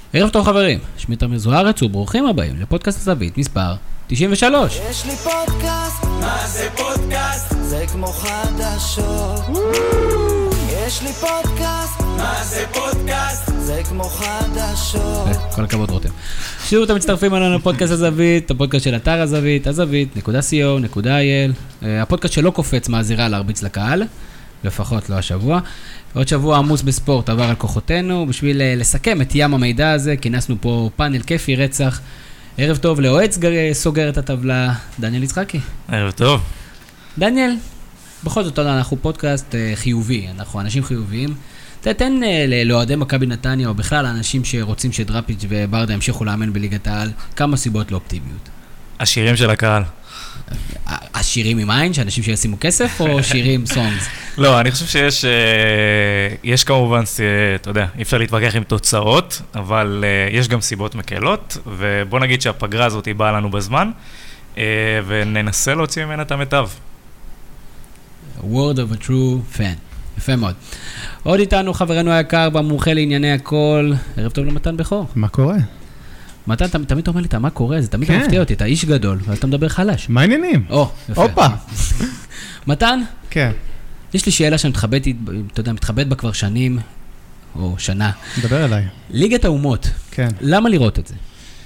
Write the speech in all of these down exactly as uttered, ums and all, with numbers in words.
ערב טוב חברים, שמי תמיר זוארץ וברוכים הבאים לפודקאסט הזווית מספר תשעים ושלוש. יש לי פודקאסט, מה זה פודקאסט? זה כמו חדשות. יש לי פודקאסט, מה זה פודקאסט? זה כמו חדשות. כל הכבוד רותם. שוב אתם מצטרפים עלינו לפודקאסט הזווית, הפודקאסט של אתר הזווית, הזווית נקודה סי או נקודה איי אל, הפודקאסט שלא קופץ מהזירה להרביץ לקהל, לפחות לא השבוע. עוד שבוע עמוס בספורט עבר על כוחותינו, בשביל לסכם את ים המידע הזה, כינסנו פה פאנל כיפי רצח. ערב טוב לאוהד סוגר את הטבלה, דניאל יצחקי. ערב טוב. דניאל, בכל זאת אנחנו פודקאסט חיובי, אנחנו אנשים חיוביים. תתן לאוהדי מכבי נתניה, או בכלל האנשים שרוצים שדראפיץ' וברדה ימשיכו לאמן בליגת העל, כמה סיבות לאופטימיות. השירים של הקהל. השירים עם עין, שאנשים שישימו כסף, או שירים סונגס? לא, אני חושב שיש, יש כמובן, אתה יודע, אי אפשר להתווכח עם תוצאות, אבל יש גם סיבות מקלות, ובוא נגיד שהפגרה הזאת היא באה לנו בזמן, וננסה להוציא ממנה את המיטב. Word of a true fan. יפה מאוד. עוד איתנו חברנו היקר, במומחה לענייני הכל, ערב טוב למתן בכור. מה קורה? מתן, אתה תמיד אומר לי, אתה מה קורה? זה תמיד מפתיע אותי, אתה איש גדול, אבל אתה מדבר חלש. מה העניינים? או, יפה. הופה. מתן? כן. יש לי שאלה שאני מתחבט, אתה יודע, מתחבט בה כבר שנים, או שנה. דבר אליי. ליגת האומות. כן. למה לראות את זה?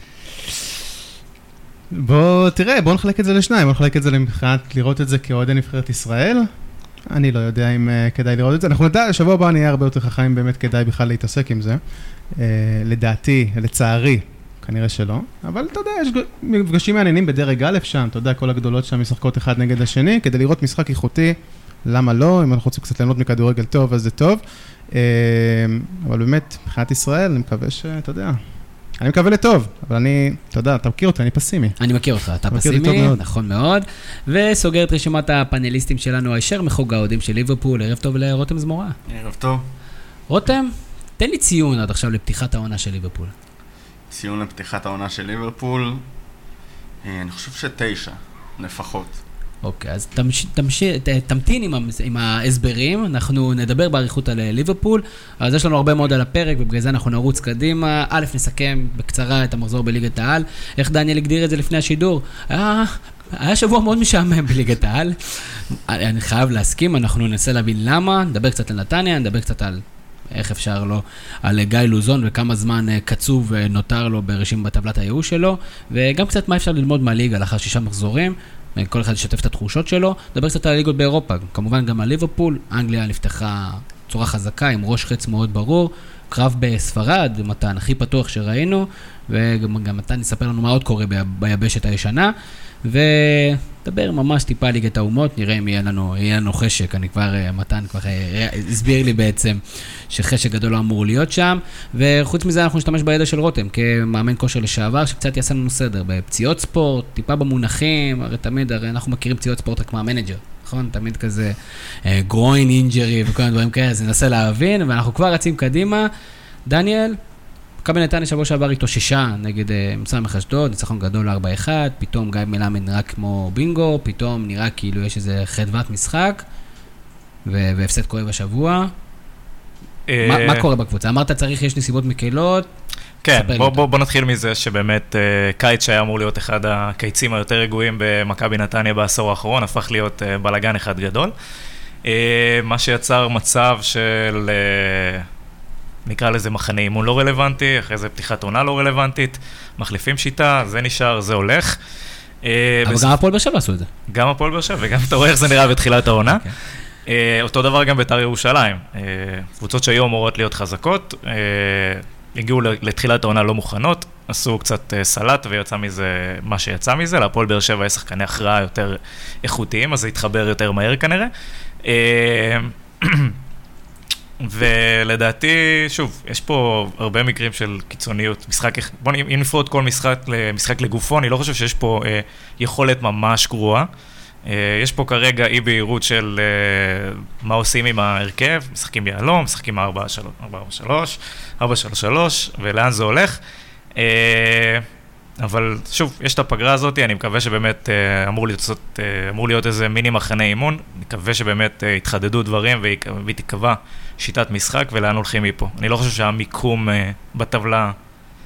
בוא, תראה, בוא נחלק את זה לשניים. בוא נחלק את זה למבחינת לראות את זה כאוהדי נבחרת ישראל. אני לא יודע אם uh, כדאי לראות את זה. אנחנו נדע, שבוע הבא נהיה הרבה יותר חכמים, באמת כדאי בכלל להתעסק עם זה. Uh, לדעתי, לצערי, כנראה שלא. אבל אתה יודע, יש מפגשים מעניינים בדרג א' שם. אתה יודע, כל הגדולות שם משחקות אחד נגד השני, כדי לראות משחק איכותי. למה לא? אם אנחנו רוצים קצת ליהנות מכדורגל טוב, אז זה טוב. Uh, אבל באמת, מבחינת ישראל, אני מקווה שאתה יודע. אני מקווה לטוב, אבל אני, אתה יודע, אתה מכיר אותי, אני פסימי. אני מכיר אותך, אתה פסימי, נכון מאוד. וסוגר את רשימת הפאנליסטים שלנו, הישר מחוג האוהדים של ליברפול. ערב טוב לרותם זמורה. ערב טוב. רותם, תן לי ציון עד עכשיו לפתיחת העונה של ליברפול. ציון לפתיחת העונה של ליברפול, אני חושב שתשע, לפחות. אוקיי, אז תמש, תמש, תמתין עם, עם ההסברים, אנחנו נדבר בעריכות על ליברפול, אז יש לנו הרבה מאוד על הפרק, ובגלל זה אנחנו נרוץ קדימה. א', נסכם בקצרה את המחזור בליגת העל, איך דניאל הגדיר את זה לפני השידור. היה, היה שבוע מאוד משעמם בליגת העל, אני חייב להסכים, אנחנו ננסה להבין למה, נדבר קצת על נתניה, נדבר קצת על איך אפשר לו, על גיא לוזון וכמה זמן קצוב נותר לו ברשימה בטבלת הייאוש שלו, וגם קצת מה אפשר ללמוד מהליגה לאחר שישה מחזורים, כל אחד ישתף את התחושות שלו. נדבר קצת על הליגות באירופה, כמובן גם על ליברפול. אנגליה נפתחה צורה חזקה עם ראש חץ מאוד ברור, קרב בספרד, מתן הכי פתוח שראינו, וגם מתן נספר לנו מה עוד קורה ביבשת הישנה, ודבר ממש טיפה ליגת האומות, נראה אם יהיה לנו, יהיה לנו חשק. אני כבר, מתן כבר הסביר לי בעצם שחשק גדול לא אמור להיות שם, וחוץ מזה אנחנו נשתמש בידע של רותם כמאמן כושר לשעבר, שקצת יעשה לנו סדר בפציעות ספורט, טיפה במונחים, הרי תמיד, הרי אנחנו מכירים פציעות ספורט רק מהמנג'ר, נכון? תמיד כזה גרוין אינג'רי וכל הדברים כאלה, אז ננסה להבין, ואנחנו כבר רצים קדימה. דניאל, מכבי נתניה שבוע שעבר התאוששה נגד מס"ך אשדוד, ניצחון גדול ארבע אחד, פתאום גיא מלמד נראה כמו בינגו, פתאום נראה כאילו יש איזה חדוות משחק, והפסד כואב השבוע. מה קורה בקבוצה? אמרת צריך, יש נסיבות מקלות. כן, בוא נתחיל מזה שבאמת קיץ שהיה אמור להיות אחד הקיצים היותר רגועים במכבי נתניה בעשור האחרון, הפך להיות בלגן אחד גדול. מה שיצר מצב של, נקרא לזה מחנה אימון לא רלוונטי, אחרי זה פתיחת עונה לא רלוונטית, מחליפים שיטה, זה נשאר, זה הולך. אבל גם הפועל באר שבע עשו את זה. גם הפועל באר שבע, וגם אתה רואה איך זה נראה בתחילת העונה. אותו דבר גם בית"ר ירושלים. קבוצות שהיו אמורות להיות חזקות, הגיעו לתחילת העונה לא מוכנות, עשו קצת סלט ויצא מזה מה שיצא מזה, להפועל באר שבע יש שחקני הכרעה יותר איכותיים, אז זה יתחבר יותר מהר כנראה. ולדעתי, שוב, יש פה הרבה מקרים של קיצוניות, משחק, בוא אם נפרוט כל משחק למשחק לגופו, אני לא חושב שיש פה אה, יכולת ממש גרועה, אה, יש פה כרגע אי בהירות של אה, מה עושים עם ההרכב, משחקים ביעלום, משחקים ארבע שלוש, ארבע שלוש שלוש, ולאן זה הולך, אה, אבל שוב, יש את הפגרה הזאת, אני מקווה שבאמת אה, אמור, להיות, אה, אמור להיות איזה מיני מחנה אימון, אני מקווה שבאמת אה, יתחדדו דברים והיא תקווה שיטת משחק ולאן הולכים מפה. אני לא חושב שהמיקום uh, בטבלה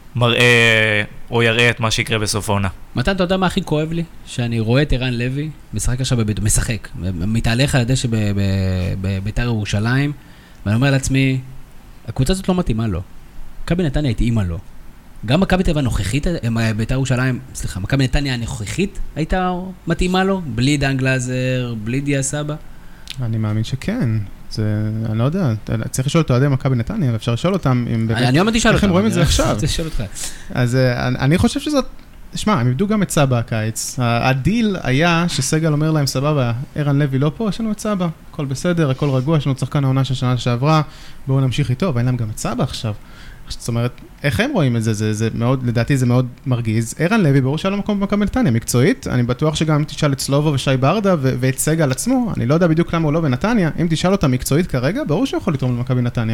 מראה או יראה את מה שיקרה בסוף העונה. מתן, אתה יודע מה הכי כואב לי? שאני רואה את ערן לוי, משחק עכשיו בביתו, משחק, מתהלך על הדשא בביתר ירושלים, ואני אומר לעצמי, הקבוצה הזאת לא מתאימה לו. מכבי נתניה התאימה לו. גם מכבי תל אביב הנוכחית, ביתר ירושלים, סליחה, מכבי נתניה הנוכחית הייתה מתאימה לו, בלי דן גלאזר, בלי דיה סבא? אני מאמין שכן. זה, אני לא יודע, צריך לשאול את אוהדי מכבי נתניה, ואפשר לשאול אותם אם באמת... אני עומד לשאול אותם. איך הם רואים את זה עכשיו? אני רוצה לשאול אותך. אז אני חושב שזאת... שמע, הם איבדו גם את סבא הקיץ. הדיל היה שסגל אומר להם, סבבה, ערן לוי לא פה, יש לנו את סבא. הכל בסדר, הכל רגוע, יש לנו צחקן העונה של שנה שעברה, בואו נמשיך איתו, ואין להם גם את סבא עכשיו. זאת אומרת, איך הם רואים את זה? זה, זה מאוד, לדעתי זה מאוד מרגיז. ערן לוי ברור שהיה לו מקום במכבי נתניה, מקצועית. אני בטוח שגם אם תשאל את סלובו ושי ברדה ו- ואת סגל עצמו, אני לא יודע בדיוק למה הוא לא בנתניה, אם תשאל אותה מקצועית כרגע, ברור שהוא יכול לתרום למכבי נתניה.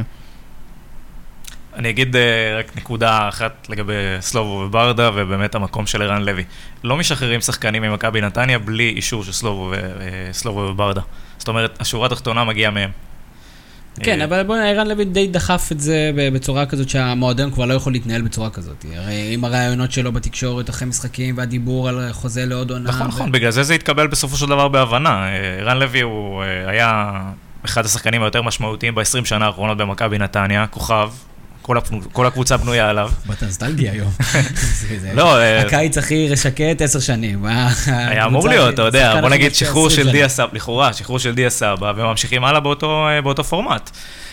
אני אגיד רק נקודה אחת לגבי סלובו וברדה, ובאמת המקום של ערן לוי. לא משחררים שחקנים ממכבי נתניה בלי אישור של סלובו, ו- סלובו וברדה. זאת אומרת, השורה התחתונה מגיעה מהם. כן, אבל בואו, ערן לוי די דחף את זה בצורה כזאת שהמועדון כבר לא יכול להתנהל בצורה כזאת. הרי עם הרעיונות שלו בתקשורת אחרי משחקים והדיבור על חוזה לעוד עונה. נכון, נכון, בגלל זה זה התקבל בסופו של דבר בהבנה. ערן לוי הוא היה אחד השחקנים היותר משמעותיים ב-עשרים שנה האחרונות במכבי נתניה, כוכב, כל הקבוצה בנויה עליו. בטנסטלגיה היום. לא, הקיץ הכי רשקט עשר שנים. היה אמור להיות, אתה יודע, בוא נגיד שחרור של דיה סבא, לכאורה, שחרור של דיה סבא, וממשיכים הלאה באותו פורמט.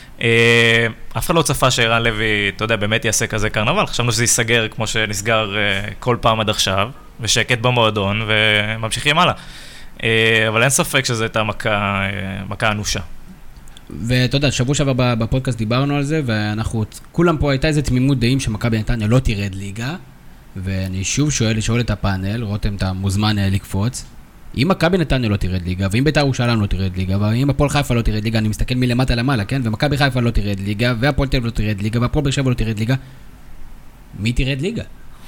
אף אחד לא צפה שערן לוי, אתה יודע, באמת יעשה כזה קרנבל, חשבנו שזה ייסגר כמו שנסגר כל פעם עד עכשיו, ושקט במועדון, וממשיכים הלאה. אבל אין ספק שזה הייתה מכה אנושה. ואתה יודע, שבוע שעבר בפודקאסט דיברנו על זה, ואנחנו, כולם פה הייתה איזו תמימות דעים שמכבי נתניה לא תירד ליגה, ואני שוב שואל, שואל את הפאנל, רותם, אתה מוזמן לקפוץ, אם מכבי נתניה לא תירד ליגה, ואם בית"ר ירושלים לא תירד ליגה, ואם הפועל חיפה לא תירד ליגה, אני מסתכל מלמטה למעלה, כן? ומכבי חיפה לא תירד ליגה, והפועל תל אביב לא תירד ליגה, והפועל באר שבע לא תירד ליגה, מי תירד ליגה?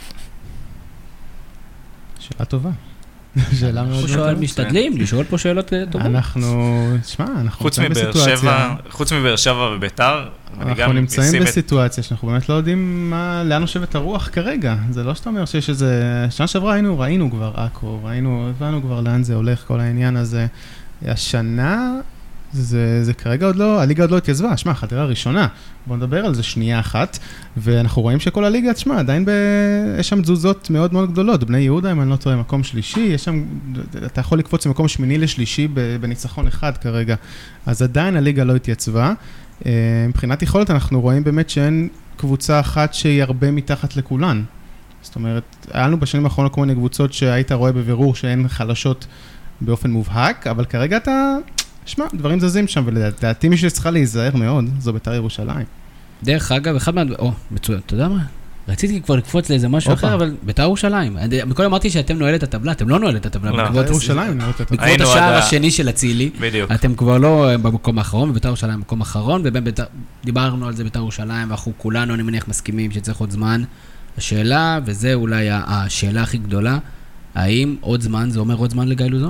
שאלה טובה. שאלה מאוד אנחנו שואל, משתדלים, לשאול פה שאלות טובות. אנחנו, תשמע, אנחנו נמצאים בסיטואציה. חוץ מבאר שבע וביתר, אנחנו נמצאים בסיטואציה שאנחנו באמת לא יודעים לאן נושבת הרוח כרגע. זה לא שאתה אומר שיש איזה, שנה שעברה היינו, ראינו כבר אקו, ראינו, הבנו כבר לאן זה הולך, כל העניין הזה. השנה, זה, זה כרגע עוד לא, הליגה עוד לא התייצבה, שמע, חדרה ראשונה, בואו נדבר על זה שנייה אחת, ואנחנו רואים שכל הליגה, שמע, עדיין ב... יש שם תזוזות מאוד מאוד גדולות, בני יהודה, אם אני לא טועה, מקום שלישי, יש שם, אתה יכול לקפוץ ממקום שמיני לשלישי בניצחון אחד כרגע, אז עדיין הליגה לא התייצבה, מבחינת יכולת אנחנו רואים באמת שאין קבוצה אחת שהיא הרבה מתחת לכולן, זאת אומרת, היה לנו בשנים האחרונות כל מיני קבוצות שהיית רואה בבירור שהן חלשות באופן מובהק, אבל כרגע אתה... שמע, דברים זזים שם, ולדעתי מי שצריכה להיזהר מאוד, זו בית"ר ירושלים. דרך אגב, אחד מה... או, מצוין, אתה יודע מה? רציתי כבר לקפוץ לאיזה משהו אחר, אבל בית"ר ירושלים. מקודם אמרתי שאתם נועלת את הטבלה, אתם לא נועלת את הטבלה. בית"ר ירושלים נועלת את הטבלה. בעקבות השער השני של אצילי, אתם כבר לא במקום האחרון, ובית"ר ירושלים במקום האחרון, ודיברנו על זה בית"ר ירושלים, ואנחנו כולנו, אני מניח, מסכימים שצריך עוד זמן. השאלה, וזה אולי השאלה הכי גדולה, האם עוד זמן, זה אומר עוד זמן לגיא לוזון?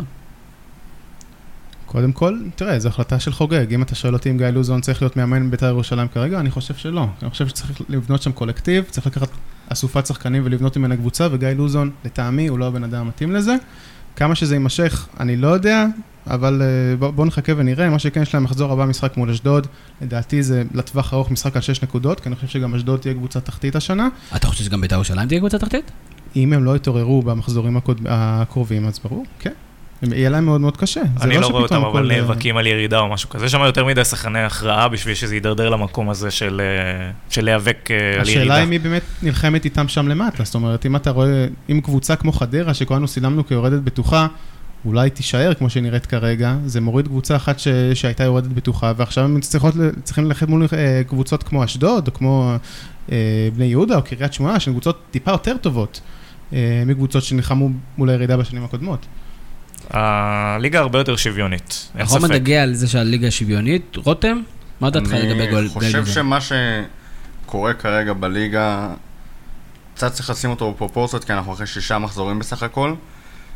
קודם כל, תראה, זו החלטה של חוגג. אם אתה שואל אותי אם גיא לוזון צריך להיות מאמן בית"ר ירושלים כרגע, אני חושב שלא. אני חושב שצריך לבנות שם קולקטיב, צריך לקחת אסופת שחקנים ולבנות ממנה קבוצה, וגיא לוזון, לטעמי, הוא לא הבן אדם המתאים לזה. כמה שזה יימשך, אני לא יודע, אבל בוא, בוא נחכה ונראה. מה שכן, יש להם מחזור הבא משחק מול אשדוד. לדעתי זה לטווח ארוך משחק על שש נקודות, כי אני חושב שגם אשדוד תהיה קבוצה תחתית השנה. אתה חושב שגם בית"ר ירושלים תהיה קבוצה תחתית? אם הם לא יתעוררו במחזורים הקרובים, אז ברור, כן. יהיה להם מאוד מאוד קשה. אני לא רואה אותם, אבל נאבקים על ירידה או משהו כזה. יש שם יותר מדי שחקני הכרעה בשביל שזה יידרדר למקום הזה של להיאבק על ירידה. השאלה היא מי באמת נלחמת איתם שם למטה. זאת אומרת, אם אתה רואה, אם קבוצה כמו חדרה, שכולנו סילמנו כיורדת בטוחה, אולי תישאר כמו שנראית כרגע, זה מוריד קבוצה אחת שהייתה יורדת בטוחה, ועכשיו הם צריכים ללכת מול קבוצות כמו אשדוד, או כמו בני יהודה, או קריית שמונה, שהן קבוצות טיפה יותר טובות, מקבוצות שנלחמו מול הירידה בשנים הקודמות. הליגה הרבה יותר שוויונית, אין ספק. אנחנו נגיע על זה שהליגה שוויונית. רותם, מה דעתך לגבי גול? אני חושב שמה שקורה כרגע בליגה, קצת צריך לשים אותו בפרופורציות, כי אנחנו אחרי שישה מחזורים בסך הכל.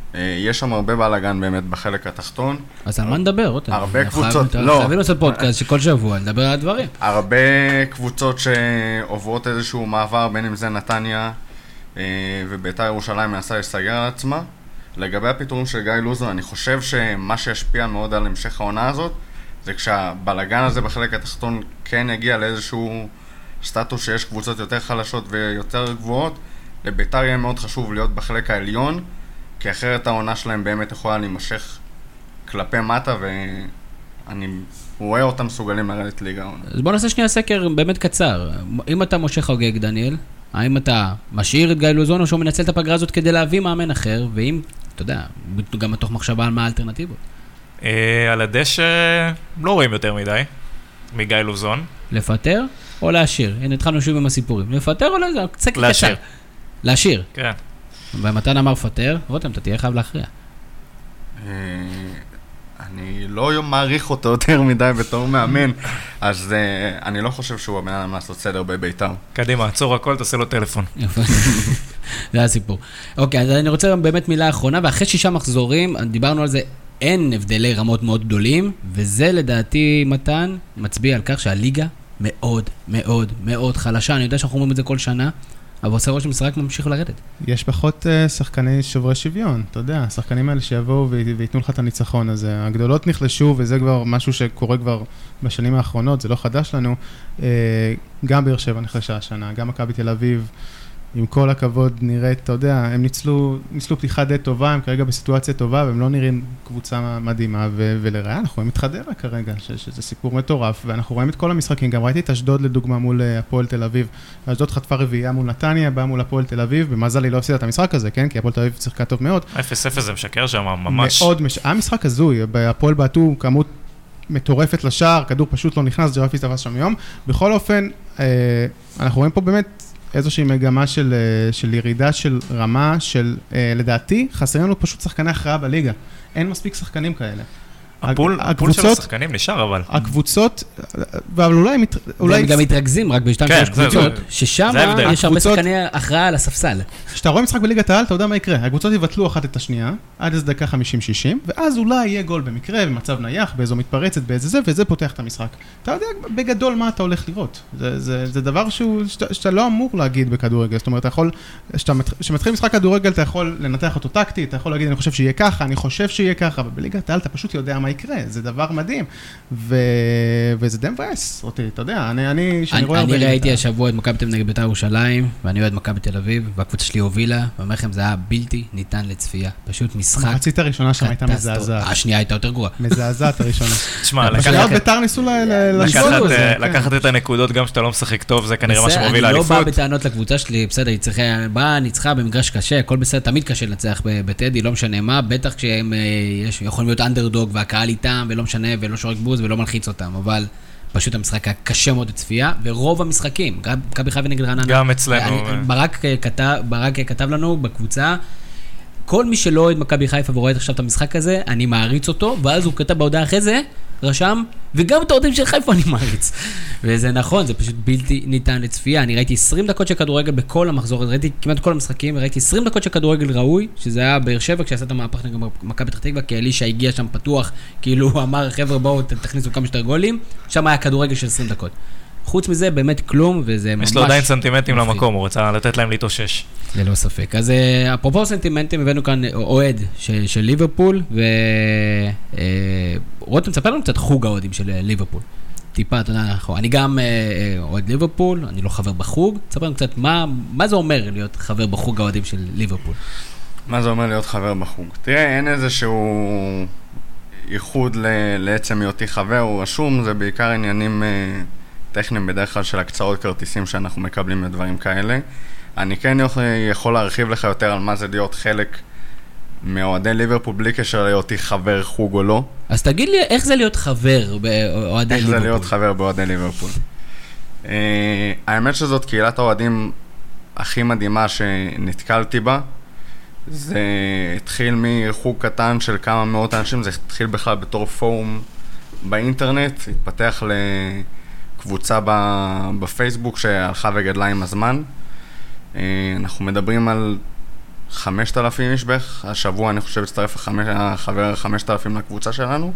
יש שם הרבה בלגן באמת בחלק התחתון. אז על מה נדבר, רותם? הרבה קבוצות, לא. חייבים לעשות פודקאסט שכל שבוע נדבר על הדברים. הרבה קבוצות שעוברות איזשהו מעבר, בין אם זה נתניה ובית"ר ירושלים מנסה להסתגר על עצמה. לגבי הפיטורים של גיא לוזון, אני חושב שמה שישפיע מאוד על המשך העונה הזאת, זה כשהבלגן הזה בחלק התחתון כן יגיע לאיזשהו סטטוס שיש קבוצות יותר חלשות ויותר גבוהות, לבית"ר יהיה מאוד חשוב להיות בחלק העליון, כי אחרת העונה שלהם באמת יכולה להימשך כלפי מטה, ואני רואה אותם מסוגלים לרדת ליגה העונה. אז בוא נעשה שנייה סקר באמת קצר. אם אתה משה חוגג, דניאל, האם אתה משאיר את גיא לוזון או שהוא מנצל את הפגרה הזאת כדי להביא מאמן אחר, ואם, אתה יודע, גם מתוך מחשבה על מה האלטרנטיבות? על הדשא לא רואים יותר מדי מגיא לוזון. לפטר או להשאיר? הנה, התחלנו שוב עם הסיפורים. לפטר או להשאיר? קצת קצר. להשאיר. להשאיר? כן. ומתן אמר פטר, רותם, אתה תהיה חייב להכריע. אני לא מעריך אותו יותר מדי בתור מאמן, אז אני לא חושב שהוא הבן אדם לעשות סדר בבית"ר. קדימה, עצור הכל, תעשה לו טלפון. יפה. זה הסיפור. אוקיי, אז אני רוצה באמת מילה אחרונה, ואחרי שישה מחזורים, דיברנו על זה, אין הבדלי רמות מאוד גדולים, וזה לדעתי, מתן, מצביע על כך שהליגה מאוד מאוד מאוד חלשה. אני יודע שאנחנו אומרים את זה כל שנה, אבל עושה ראש המשחק ממשיך לרדת. יש פחות uh, שחקני שוברי שוויון, אתה יודע, השחקנים האלה שיבואו ויתנו לך את הניצחון הזה. הגדולות נחלשו, וזה כבר משהו שקורה כבר בשנים האחרונות, זה לא חדש לנו. Uh, גם באר שבע נחלשה השנה, גם מכבי תל אביב, עם כל הכבוד נראית, אתה יודע, הם ניצלו, ניצלו פתיחה די טובה, הם כרגע בסיטואציה טובה, והם לא נראים קבוצה מדהימה, ו- ולראה, אנחנו רואים את חדרה כרגע, ש- שזה סיפור מטורף, ואנחנו רואים את כל המשחקים, גם ראיתי את אשדוד לדוגמה מול הפועל תל אביב, אשדוד חטפה רביעייה מול נתניה, באה מול הפועל תל אביב, במזל היא לא הפסידה את המשחק הזה, כן? כי הפועל תל אביב שיחקה טוב מאוד. אפס אפס זה משקר שם, ממש. מאוד, מש... המשחק הזוי, הפועל בעטו כמות מטורפת לשער, כדור פשוט לא נכנס, ג'רפי תפס שם יום. בכל אופן, אה, אנחנו רואים פה באמת איזושהי מגמה של, של ירידה של רמה של, לדעתי, חסרים לנו פשוט שחקני הכרעה בליגה. אין מספיק שחקנים כאלה. הפול, הפול של השחקנים נשאר אבל. הקבוצות, אבל אולי... והם גם מתרכזים רק בשתיים שלוש קבוצות, ששם יש הרבה שחקני הכרעה על הספסל. כשאתה רואה משחק בליגת העל, אתה יודע מה יקרה. הקבוצות יבטלו אחת את השנייה, עד איזה דקה חמישים שישים, ואז אולי יהיה גול במקרה, במצב נייח, באיזו מתפרצת, באיזה זה, וזה פותח את המשחק. אתה יודע בגדול מה אתה הולך לראות. זה, זה, זה דבר שהוא, שאתה, שאתה לא אמור להגיד בכדורגל. זאת אומרת, אתה יכול, כשמתחיל משחק כדורגל, אתה יכול לנתח אותו טקטי, אתה יכול להגיד, אני חושב שיהיה ככה, אני חושב שיהיה ככה, אבל בליגת העל אתה פשוט יודע מה יקרה. זה דבר מדהים. ו... וזה די מבאס אותי, אתה יודע, אני, אני, שאני רואה הרבה... אני ראיתי השבוע את מכבי תל אביב נגד בית"ר ירושלים, ואני רואה את מכבי תל אביב, והקבוצה שלי הובילה, ואומר לכם, זה היה בלתי ניתן לצפייה. פשוט משחק... המחצית הראשונה שם הייתה מזעזעת. השנייה הייתה יותר גרועה. מזעזעת הראשונה. תשמע, בית"ר ניסו לקחת את הנקודות גם שאתה לא משחק טוב, זה כנראה מה שמוביל לאליפות. אני לא בא בטענות לקבוצה שלי, בסדר, היא צריכה, באה, ניצחה במגרש קשה, הכל בסדר, תמיד קשה לנצח בטדי, לא משנה מה, בטח כשהם יכולים להיות אנדרדוג והקהל איתם, ולא משנה, ולא שורק בוז ולא מלחיץ אותם, אבל פשוט המשחק היה קשה מאוד לצפייה, ורוב המשחקים, גם מכבי חיפה נגד רעננה, גם אצלנו. ברק כתב, ברק כתב לנו בקבוצה, כל מי שלא אוהד מכבי חיפה ורואה עכשיו את המשחק הזה, אני מעריץ אותו, ואז הוא כתב בהודעה אחרי זה, רשם, וגם את האוהדים של חיפה אני מעריץ. וזה נכון, זה פשוט בלתי ניתן לצפייה. אני ראיתי עשרים דקות של כדורגל בכל המחזור, ראיתי כמעט כל המשחקים, ראיתי עשרים דקות של כדורגל ראוי, שזה היה באר שבע, כשעשה את המהפך נגד מכבי פתח תקווה, כי אלישע הגיע שם פתוח, כאילו הוא אמר, חבר'ה בואו תכניסו כמה שיותר גולים, שם היה כדורגל של עשרים דקות. חוץ מזה, באמת כלום, וזה ממש... יש לו עדיין סנטימנטים למקום, הוא רוצה לתת להם להתאושש. ללא ספק. אז אפרופו סנטימנטים, הבאנו כאן אוהד של ליברפול, ורותם, תספר לנו קצת חוג האוהדים של ליברפול. טיפה, אתה יודע, אני גם אוהד ליברפול, אני לא חבר בחוג, תספר לנו קצת מה זה אומר להיות חבר בחוג האוהדים של ליברפול. מה זה אומר להיות חבר בחוג? תראה, אין איזשהו ייחוד לעצם היותי חבר, הוא רשום, זה בעיקר עניינים... טכניים בדרך כלל של הקצאות כרטיסים שאנחנו מקבלים לדברים כאלה. אני כן יכול להרחיב לך יותר על מה זה להיות חלק מאוהדי ליברפול בלי קשר להיותי חבר חוג או לא. אז תגיד לי איך זה להיות חבר באוהדי ליברפול? איך זה להיות חבר באוהדי ליברפול? האמת שזאת קהילת האוהדים הכי מדהימה שנתקלתי בה. זה התחיל מחוג קטן של כמה מאות אנשים, זה התחיל בכלל בתור פורום באינטרנט, התפתח ל... קבוצה בפייסבוק שהלכה וגדלה עם הזמן. אנחנו מדברים על חמשת אלפים איש בערך, השבוע אני חושב הצטרף החבר חמשת אלפים לקבוצה שלנו.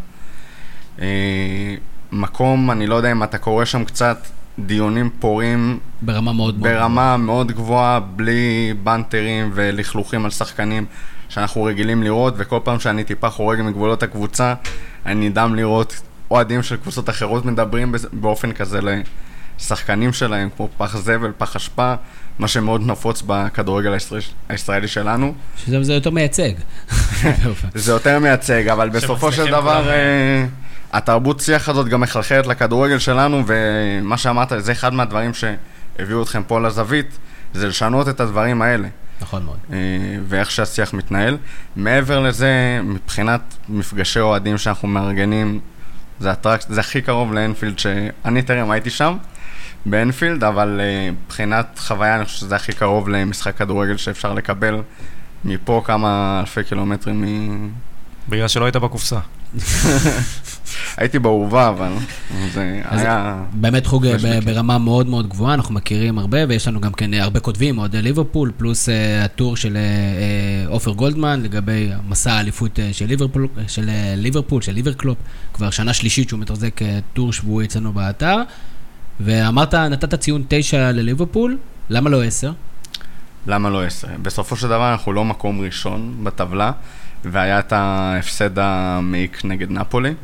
מקום, אני לא יודע אם אתה קורא שם קצת, דיונים פורים. ברמה מאוד מאוד ברמה מאוד גבוהה, בלי בנטרים ולכלוכים על שחקנים שאנחנו רגילים לראות, וכל פעם שאני טיפה חורג מגבולות הקבוצה, אני נדהם לראות אוהדים של קבוצות אחרות מדברים באופן כזה לשחקנים שלהם, כמו פח זבל, פח אשפה, מה שמאוד נפוץ בכדורגל הישראלי שלנו. שזה יותר מייצג. זה יותר מייצג, אבל בסופו של דבר התרבות שיח הזאת גם מחלחלת לכדורגל שלנו, ומה שאמרת, זה אחד מהדברים שהביאו אתכם פה לזווית, זה לשנות את הדברים האלה. נכון מאוד. ואיך שהשיח מתנהל. מעבר לזה, מבחינת מפגשי אוהדים שאנחנו מארגנים, זה הטרקט, זה הכי קרוב לאנפילד שאני טרם הייתי שם, באנפילד, אבל מבחינת חוויה אני חושב שזה הכי קרוב למשחק כדורגל שאפשר לקבל מפה כמה אלפי קילומטרים מ... בגלל שלא היית בקופסה. הייתי באהובה, אבל זה היה... באמת חוג ברמה מאוד מאוד גבוהה, אנחנו מכירים הרבה, ויש לנו גם כן הרבה כותבים, אוהדי ליברפול, פלוס הטור של אופר גולדמן, לגבי מסע האליפות של ליברפול, של ליברפול, של ליברקלופ, כבר שנה שלישית שהוא מתחזק טור שבועי אצלנו באתר, ואמרת, נתת ציון תשע לליברפול, למה לא עשר? למה לא עשר? בסופו של דבר אנחנו לא מקום ראשון בטבלה, והיה את ההפסד המעיק נגד נפולי.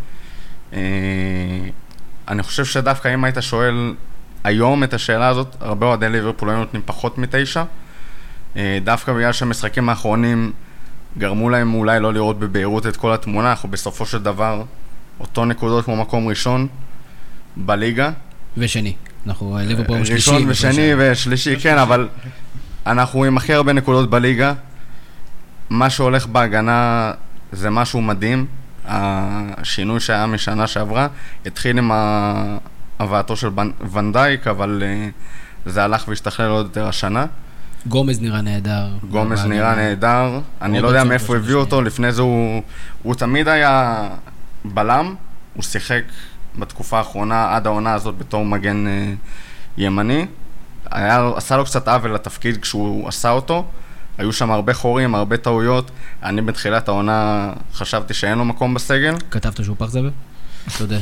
אני חושב שדווקא אם היית שואל היום את השאלה הזאת, הרבה אוהדי ליברפול היו נותנים פחות מתשע. דווקא בגלל שהמשחקים האחרונים גרמו להם אולי לא לראות בבהירות את כל התמונה, אנחנו בסופו של דבר אותו נקודות כמו מקום ראשון בליגה. ושני. אנחנו ליברפול שלישי. ראשון ושני ושלישי, כן, אבל אנחנו עם הכי הרבה נקודות בליגה. מה שהולך בהגנה זה משהו מדהים. השינוי שהיה משנה שעברה התחיל עם הבאתו של ונדייק, אבל זה הלך והשתכלל עוד יותר השנה. גומז נראה נהדר. גומז נראה נהדר. אני לא יודע מאיפה הביאו אותו. לפני זה הוא, הוא תמיד היה בלם. הוא שיחק בתקופה האחרונה עד העונה הזאת בתור מגן ימני. היה, עשה לו קצת עוול לתפקיד כשהוא עשה אותו. היו שם הרבה חורים, הרבה טעויות. אני בתחילת העונה חשבתי שאין לו מקום בסגל. כתבת שהוא פח זבל? אתה יודע.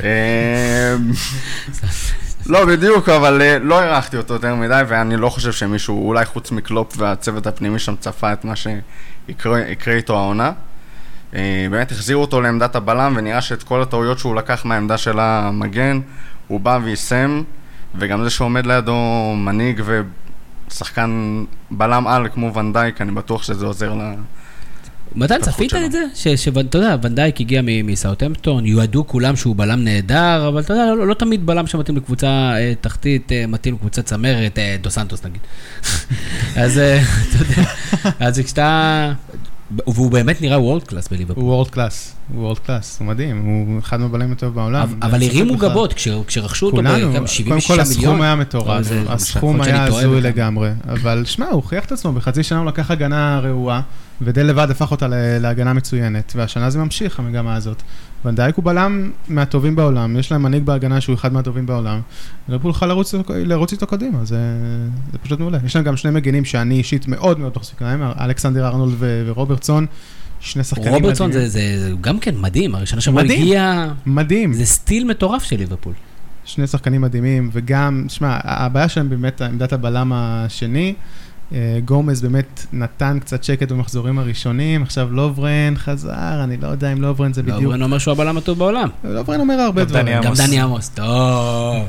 לא בדיוק, אבל לא ערכתי אותו יותר מדי, ואני לא חושב שמישהו, אולי חוץ מקלופ והצוות הפנימי שם צפה את מה שיקרה איתו העונה. באמת החזירו אותו לעמדת הבלם, ונראה שאת כל הטעויות שהוא לקח מהעמדה של המגן, הוא בא ויישם, וגם זה שעומד לידו מנהיג ו... שחקן בלם על כמו ונדייק, אני בטוח שזה עוזר ל... מתן, צפית את זה? שאתה יודע, ונדייק הגיע מסאות'המפטון, יועדו כולם שהוא בלם נהדר, אבל אתה יודע, לא תמיד בלם שמתאים לקבוצה תחתית, מתאים לקבוצה צמרת, דו סנטוס נגיד. אז אתה יודע, אז כשאתה... והוא באמת נראה וורד קלאס בליברפול. הוא וורד קלאס, הוא וורד קלאס, הוא מדהים, הוא אחד מבלמים הטוב בעולם. אבל הרימו גבות כשרכשו אותו גם שבעים ושישה מיליון. קודם כל הסכום היה מטורף, הסכום היה הזוי לגמרי, אבל שמע, הוא הוכיח את עצמו, בחצי שנה הוא לקח הגנה רעועה, ודי לבד הפך אותה להגנה מצוינת, והשנה זה ממשיך, המגמה הזאת. ונדייק הוא בלם מהטובים בעולם, יש להם מנהיג בהגנה שהוא אחד מהטובים בעולם, ליברפול יכול לרוץ איתו קדימה, זה פשוט מעולה. יש להם גם שני מגנים שאני אישית מאוד מאוד מחזיק להם, אלכסנדר ארנולד ורוברטסון, שני שחקנים מדהימים. רוברטסון זה גם כן מדהים, הראשונה שבו הגיע... מדהים. זה סטיל מטורף של ליברפול. שני שחקנים מדהימים, וגם, שמע, הבעיה שלהם באמת, עמדת הבלם השני, גומז באמת נתן קצת שקט במחזורים הראשונים, עכשיו לוברן חזר, אני לא יודע אם לוברן זה בדיוק... לוברן אומר שהוא הבלם הטוב בעולם. לוברן אומר הרבה דברים. גם דני עמוס, טוב.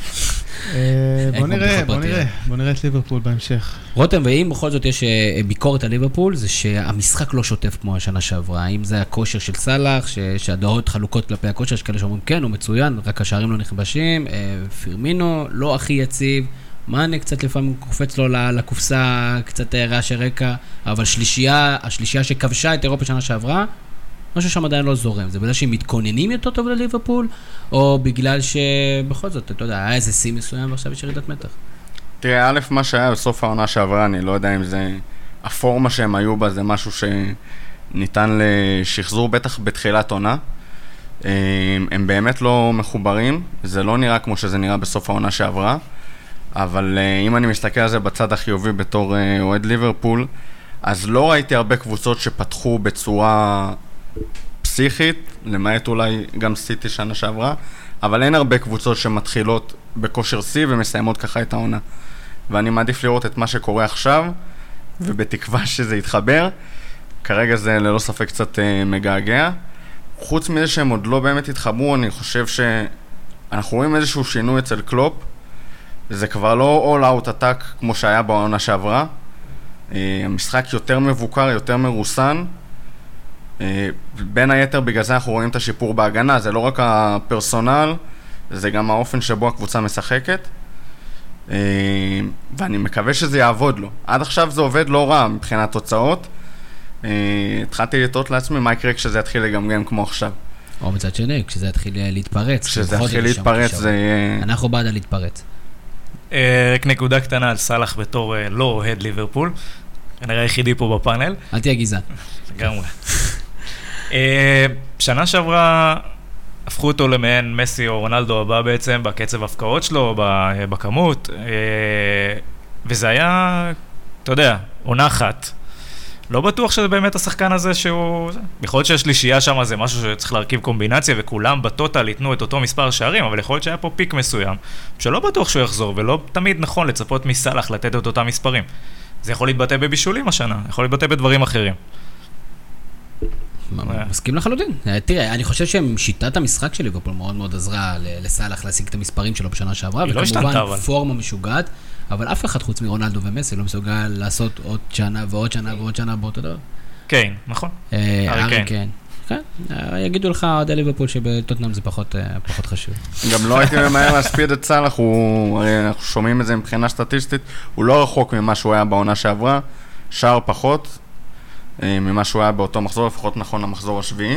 בוא נראה, בוא נראה, בוא נראה את ליברפול בהמשך. רותם, ואם בכל זאת יש ביקורת על ליברפול, זה שהמשחק לא שוטף כמו השנה שעברה. האם זה הכושר של סלאח, שהדעות חלוקות כלפי הכושר, שכאלה שאומרים כן, הוא מצוין, רק השערים לא נכבשים, פירמינו לא הכי יציב, מאנה קצת לפעמים קופץ לו לקופסה, קצת רעשי רקע, אבל שלישייה, השלישייה שכבשה את אירופה שנה שעברה, משהו שם עדיין לא זורם. זה בגלל שהם מתכוננים יותר טוב לליברפול, או בגלל שבכל זאת, אתה יודע, היה איזה סי מסוים ועכשיו יש ירידת מתח? תראה, א', מה שהיה בסוף העונה שעברה, אני לא יודע אם זה... הפורמה שהם היו בה זה משהו שניתן לשחזור בטח בתחילת עונה. הם באמת לא מחוברים, זה לא נראה כמו שזה נראה בסוף העונה שעברה, אבל אם אני מסתכל על זה בצד החיובי בתור אוהד ליברפול, אז לא ראיתי הרבה קבוצות שפתחו בצורה פסיכית, למעט אולי גם סיטי שנה שעברה, אבל אין הרבה קבוצות שמתחילות בכושר שיא ומסיימות ככה את העונה. ואני מעדיף לראות את מה שקורה עכשיו, ובתקווה שזה יתחבר. כרגע זה ללא ספק קצת אה, מגעגע. חוץ מזה שהם עוד לא באמת התחברו, אני חושב שאנחנו רואים איזשהו שינוי אצל קלופ. זה כבר לא all out attack כמו שהיה בעונה שעברה. אה, המשחק יותר מבוקר, יותר מרוסן. אה, בין היתר בגלל זה אנחנו רואים את השיפור בהגנה. זה לא רק הפרסונל, זה גם האופן שבו הקבוצה משחקת. ואני מקווה שזה יעבוד לו. עד עכשיו זה עובד לא רע מבחינת תוצאות. התחלתי לטעות לעצמי מה יקרה כשזה יתחיל לגמגם כמו עכשיו. או מצד שני, כשזה יתחיל להתפרץ. כשזה יתחיל להתפרץ זה יהיה... אנחנו בעד להתפרץ. רק נקודה קטנה על סלאח בתור לא אוהד ליברפול. כנראה היחידי פה בפאנל. אל תהיה גזען. לגמרי. שנה שעברה... הפכו אותו למעין מסי או רונלדו הבא בעצם, בקצב הפקעות שלו, בכמות, וזה היה, אתה יודע, עונה אחת. לא בטוח שזה באמת השחקן הזה שהוא... יכול להיות שהשלישייה שם זה משהו שצריך להרכיב קומבינציה, וכולם בטוטל ייתנו את אותו מספר שערים, אבל יכול להיות שהיה פה פיק מסוים, שלא בטוח שהוא יחזור, ולא תמיד נכון לצפות מסלאח לתת את אותם מספרים. זה יכול להתבטא בבישולים השנה, יכול להתבטא בדברים אחרים. מסכים לחלוטין. תראה, אני חושב ששיטת המשחק של ליברפול מאוד מאוד עזרה לסלאח להשיג את המספרים שלו בשנה שעברה, וכמובן פורמה משוגעת, אבל אף אחד חוץ מרונלדו ומסי לא מסוגל לעשות עוד שנה ועוד שנה ועוד שנה באותו דבר. כן, נכון. ארי כן. כן, יגידו לך עד ליברפול שבטוטנהאם זה פחות חשוב. גם לא הייתי ממהר להספיד את סלאח, אנחנו שומעים את זה מבחינה סטטיסטית, הוא לא רחוק ממה שהוא היה בעונה שעברה, שער פחות, ממה שהוא היה באותו מחזור, לפחות נכון למחזור השביעי.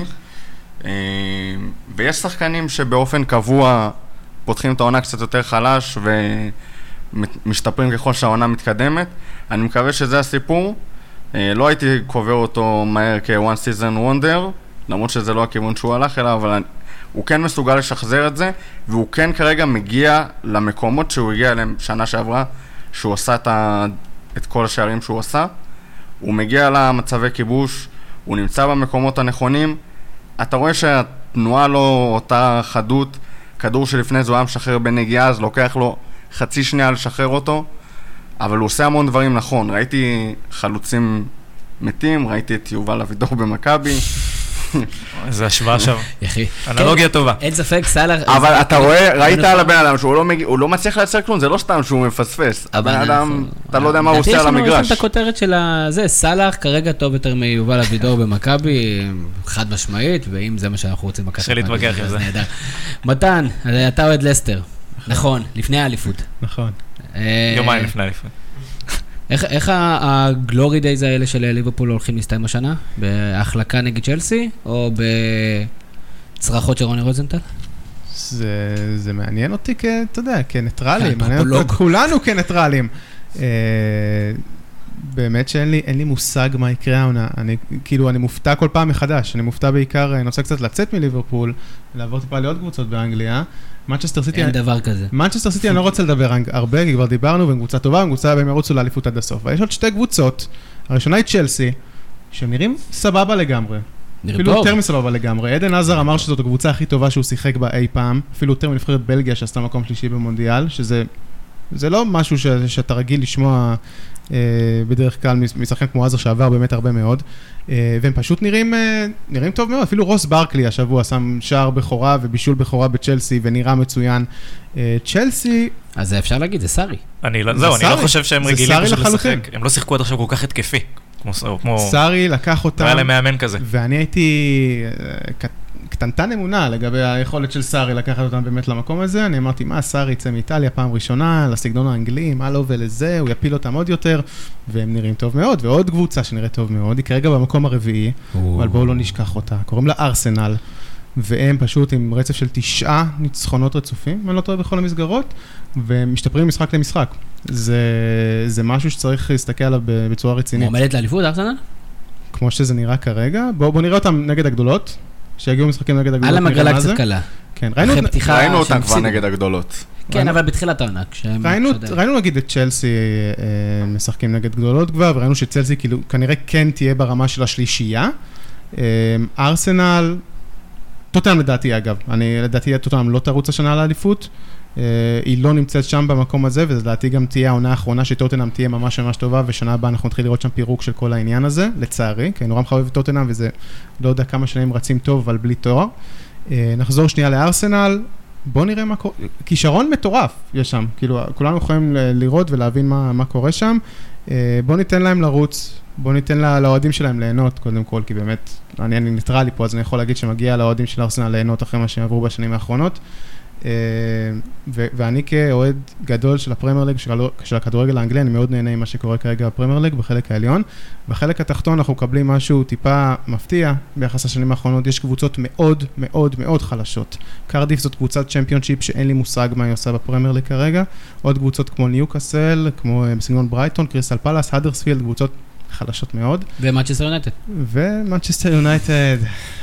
ויש שחקנים שבאופן קבוע פותחים את העונה קצת יותר חלש ומשתפרים ככל שהעונה מתקדמת. אני מקווה שזה הסיפור. לא הייתי קובר אותו מהר כ-one season wonder, למרות שזה לא הכיוון שהוא הלך אליו, אבל הוא כן מסוגל לשחזר את זה, והוא כן כרגע מגיע למקומות שהוא הגיע אליהם שנה שעברה, שהוא עשה את, ה... את כל השערים שהוא עשה. הוא מגיע למצבי כיבוש, הוא נמצא במקומות הנכונים, אתה רואה שהתנועה לא אותה חדות, כדור שלפני זה הוא היה משחרר בנגיעה, אז לוקח לו חצי שנייה לשחרר אותו, אבל הוא עושה המון דברים נכון. ראיתי חלוצים מתים, ראיתי את יובל אבידור במכבי. זה השוואה עכשיו. יחי. אנלוגיה טובה. אין ספק, סלאח... אבל אתה רואה, ראית על הבן אדם שהוא לא מצליח לייצר כלום, זה לא סתם שהוא מפספס. הבן אדם, אתה לא יודע מה הוא עושה על המגרש. יש לנו את הכותרת של זה, סלאח כרגע טוב יותר מיובל אבידור במכבי, חד משמעית, ואם זה מה שאנחנו רוצים לקחת. אפשר להתווכח עם זה. מתן, אתה אוהד לסטר. נכון, לפני האליפות. נכון. יומיים לפני האליפות. איך הגלורי דייז האלה של ליברפול הולכים להסתיים השנה? בהחלקה נגד צ'לסי, או בצרחות של רוני רוזנטל? זה מעניין אותי, אתה יודע, כנטרלים. כולנו כנטרלים. באמת שאין לי מושג מה יקרה העונה. כאילו, אני מופתע כל פעם מחדש. אני מופתע בעיקר, אני רוצה קצת לצאת מליברפול, לעבור טיפה לעוד קבוצות באנגליה. מנצ'סטר סיטי... אין דבר כזה. מנצ'סטר סיטי אני לא רוצה לדבר הרבה, כי כבר דיברנו, והם קבוצה טובה, הם קבוצה והם ירוצו לאליפות עד הסוף. ויש עוד שתי קבוצות, הראשונה היא צ'לסי, שהם נראים סבבה לגמרי. אפילו יותר מסבבה לגמרי. עדן עזר אמר שזאת הקבוצה הכי טובה שהוא שיחק בה אי פעם, אפילו יותר מנבחרת בלגיה שעשתה מקום שלישי במונדיאל, שזה זה לא משהו ש, שאתה רגיל לשמוע אה, בדרך כלל משחקן כמו עזר שעבר באמת הרבה מאוד, אה, והם פשוט נראים, אה, נראים טוב מאוד. אפילו רוס ברקלי השבוע שם שער בכורה ובישול בכורה בצ'לסי ונראה מצוין. אה, צ'לסי... אז זה אפשר להגיד, זה סארי. אני לא, זהו, אני לא חושב שהם רגילים פשוט לשחק. הם לא שיחקו עד עכשיו כל כך התקפי. כמו... סארי לקח אותם... היה להם מאמן כזה. ואני הייתי... קטנטן אמונה לגבי היכולת של סארי לקחת אותם באמת למקום הזה. אני אמרתי, מה, סארי יצא מאיטליה פעם ראשונה, לסגנון האנגלי, מה לא ולזה, הוא יפיל אותם עוד יותר, והם נראים טוב מאוד, ועוד קבוצה שנראית טוב מאוד, היא כרגע במקום הרביעי, אבל בואו לא נשכח אותה, קוראים לה ארסנל, והם פשוט עם רצף של תשעה ניצחונות רצופים, אני לא טועה בכל המסגרות, והם משתפרים משחק למשחק. זה, זה משהו שצריך להסתכל עליו בצורה רצינית. מועמדת לאליפות, ארסנל? כמו שזה נראה כרגע, בואו בוא נראה אותם נגד הגדולות, שיגיעו משחקים נגד הגדולות. על המגרלה קצת קלה. כן, ראינו אותם כבר נגד הגדולות. כן, אבל בתחילת העונה, כשהם... ראינו נגיד את צ'לסי משחקים נגד גדולות כבר, וראינו שצ'לסי כאילו כנראה כן תהיה ברמה של השלישייה. ארסנל, טוטנהאם לדעתי אגב, אני לדעתי טוטנהאם לא תרוץ השנה לאליפות, היא לא נמצאת שם במקום הזה, ולדעתי גם תהיה העונה האחרונה שטוטנהאם תהיה ממש ממש טובה, ושנה הבאה אנחנו נתחיל לראות שם פירוק של כל העניין הזה, לצערי, כי אני נורא מחבב את טוטנהאם, וזה לא יודע כמה שנים רצים טוב, אבל בלי תואר. נחזור שנייה לארסנל, בוא נראה מה קורה, כישרון מטורף יש שם, כאילו כולנו יכולים לראות ולהבין מה, מה קורה שם, בוא ניתן להם לרוץ, בוא ניתן לאוהדים שלהם ליהנות קודם כל, כי באמת, אני, אני ניטרלי פה, אז אני יכול להגיד שמגיע לאוהדים של ארסנל ליהנות אחרי מה שהם עברו בשנים האחרונות, ו- ואני כאוהד גדול של הפרמייר ליג, של, של הכדורגל האנגלי, אני מאוד נהנה עם מה שקורה כרגע בפרמייר ליג, בחלק העליון. בחלק התחתון אנחנו מקבלים משהו טיפה מפתיע, ביחס לשנים האחרונות יש קבוצות מאוד מאוד מאוד חלשות. קרדיף זאת קבוצת צ'מפיונשיפ שאין לי מושג מה היא עושה בפרמייר ליג כרגע. עוד קבוצות כמו ניוקאסל, כמו בסגנון ברייטון, קריסטל פלאס, האדרספילד, קבוצות חלשות מאוד. ומנצ'סטר יונייטד. ומנצ'סטר יונייטד,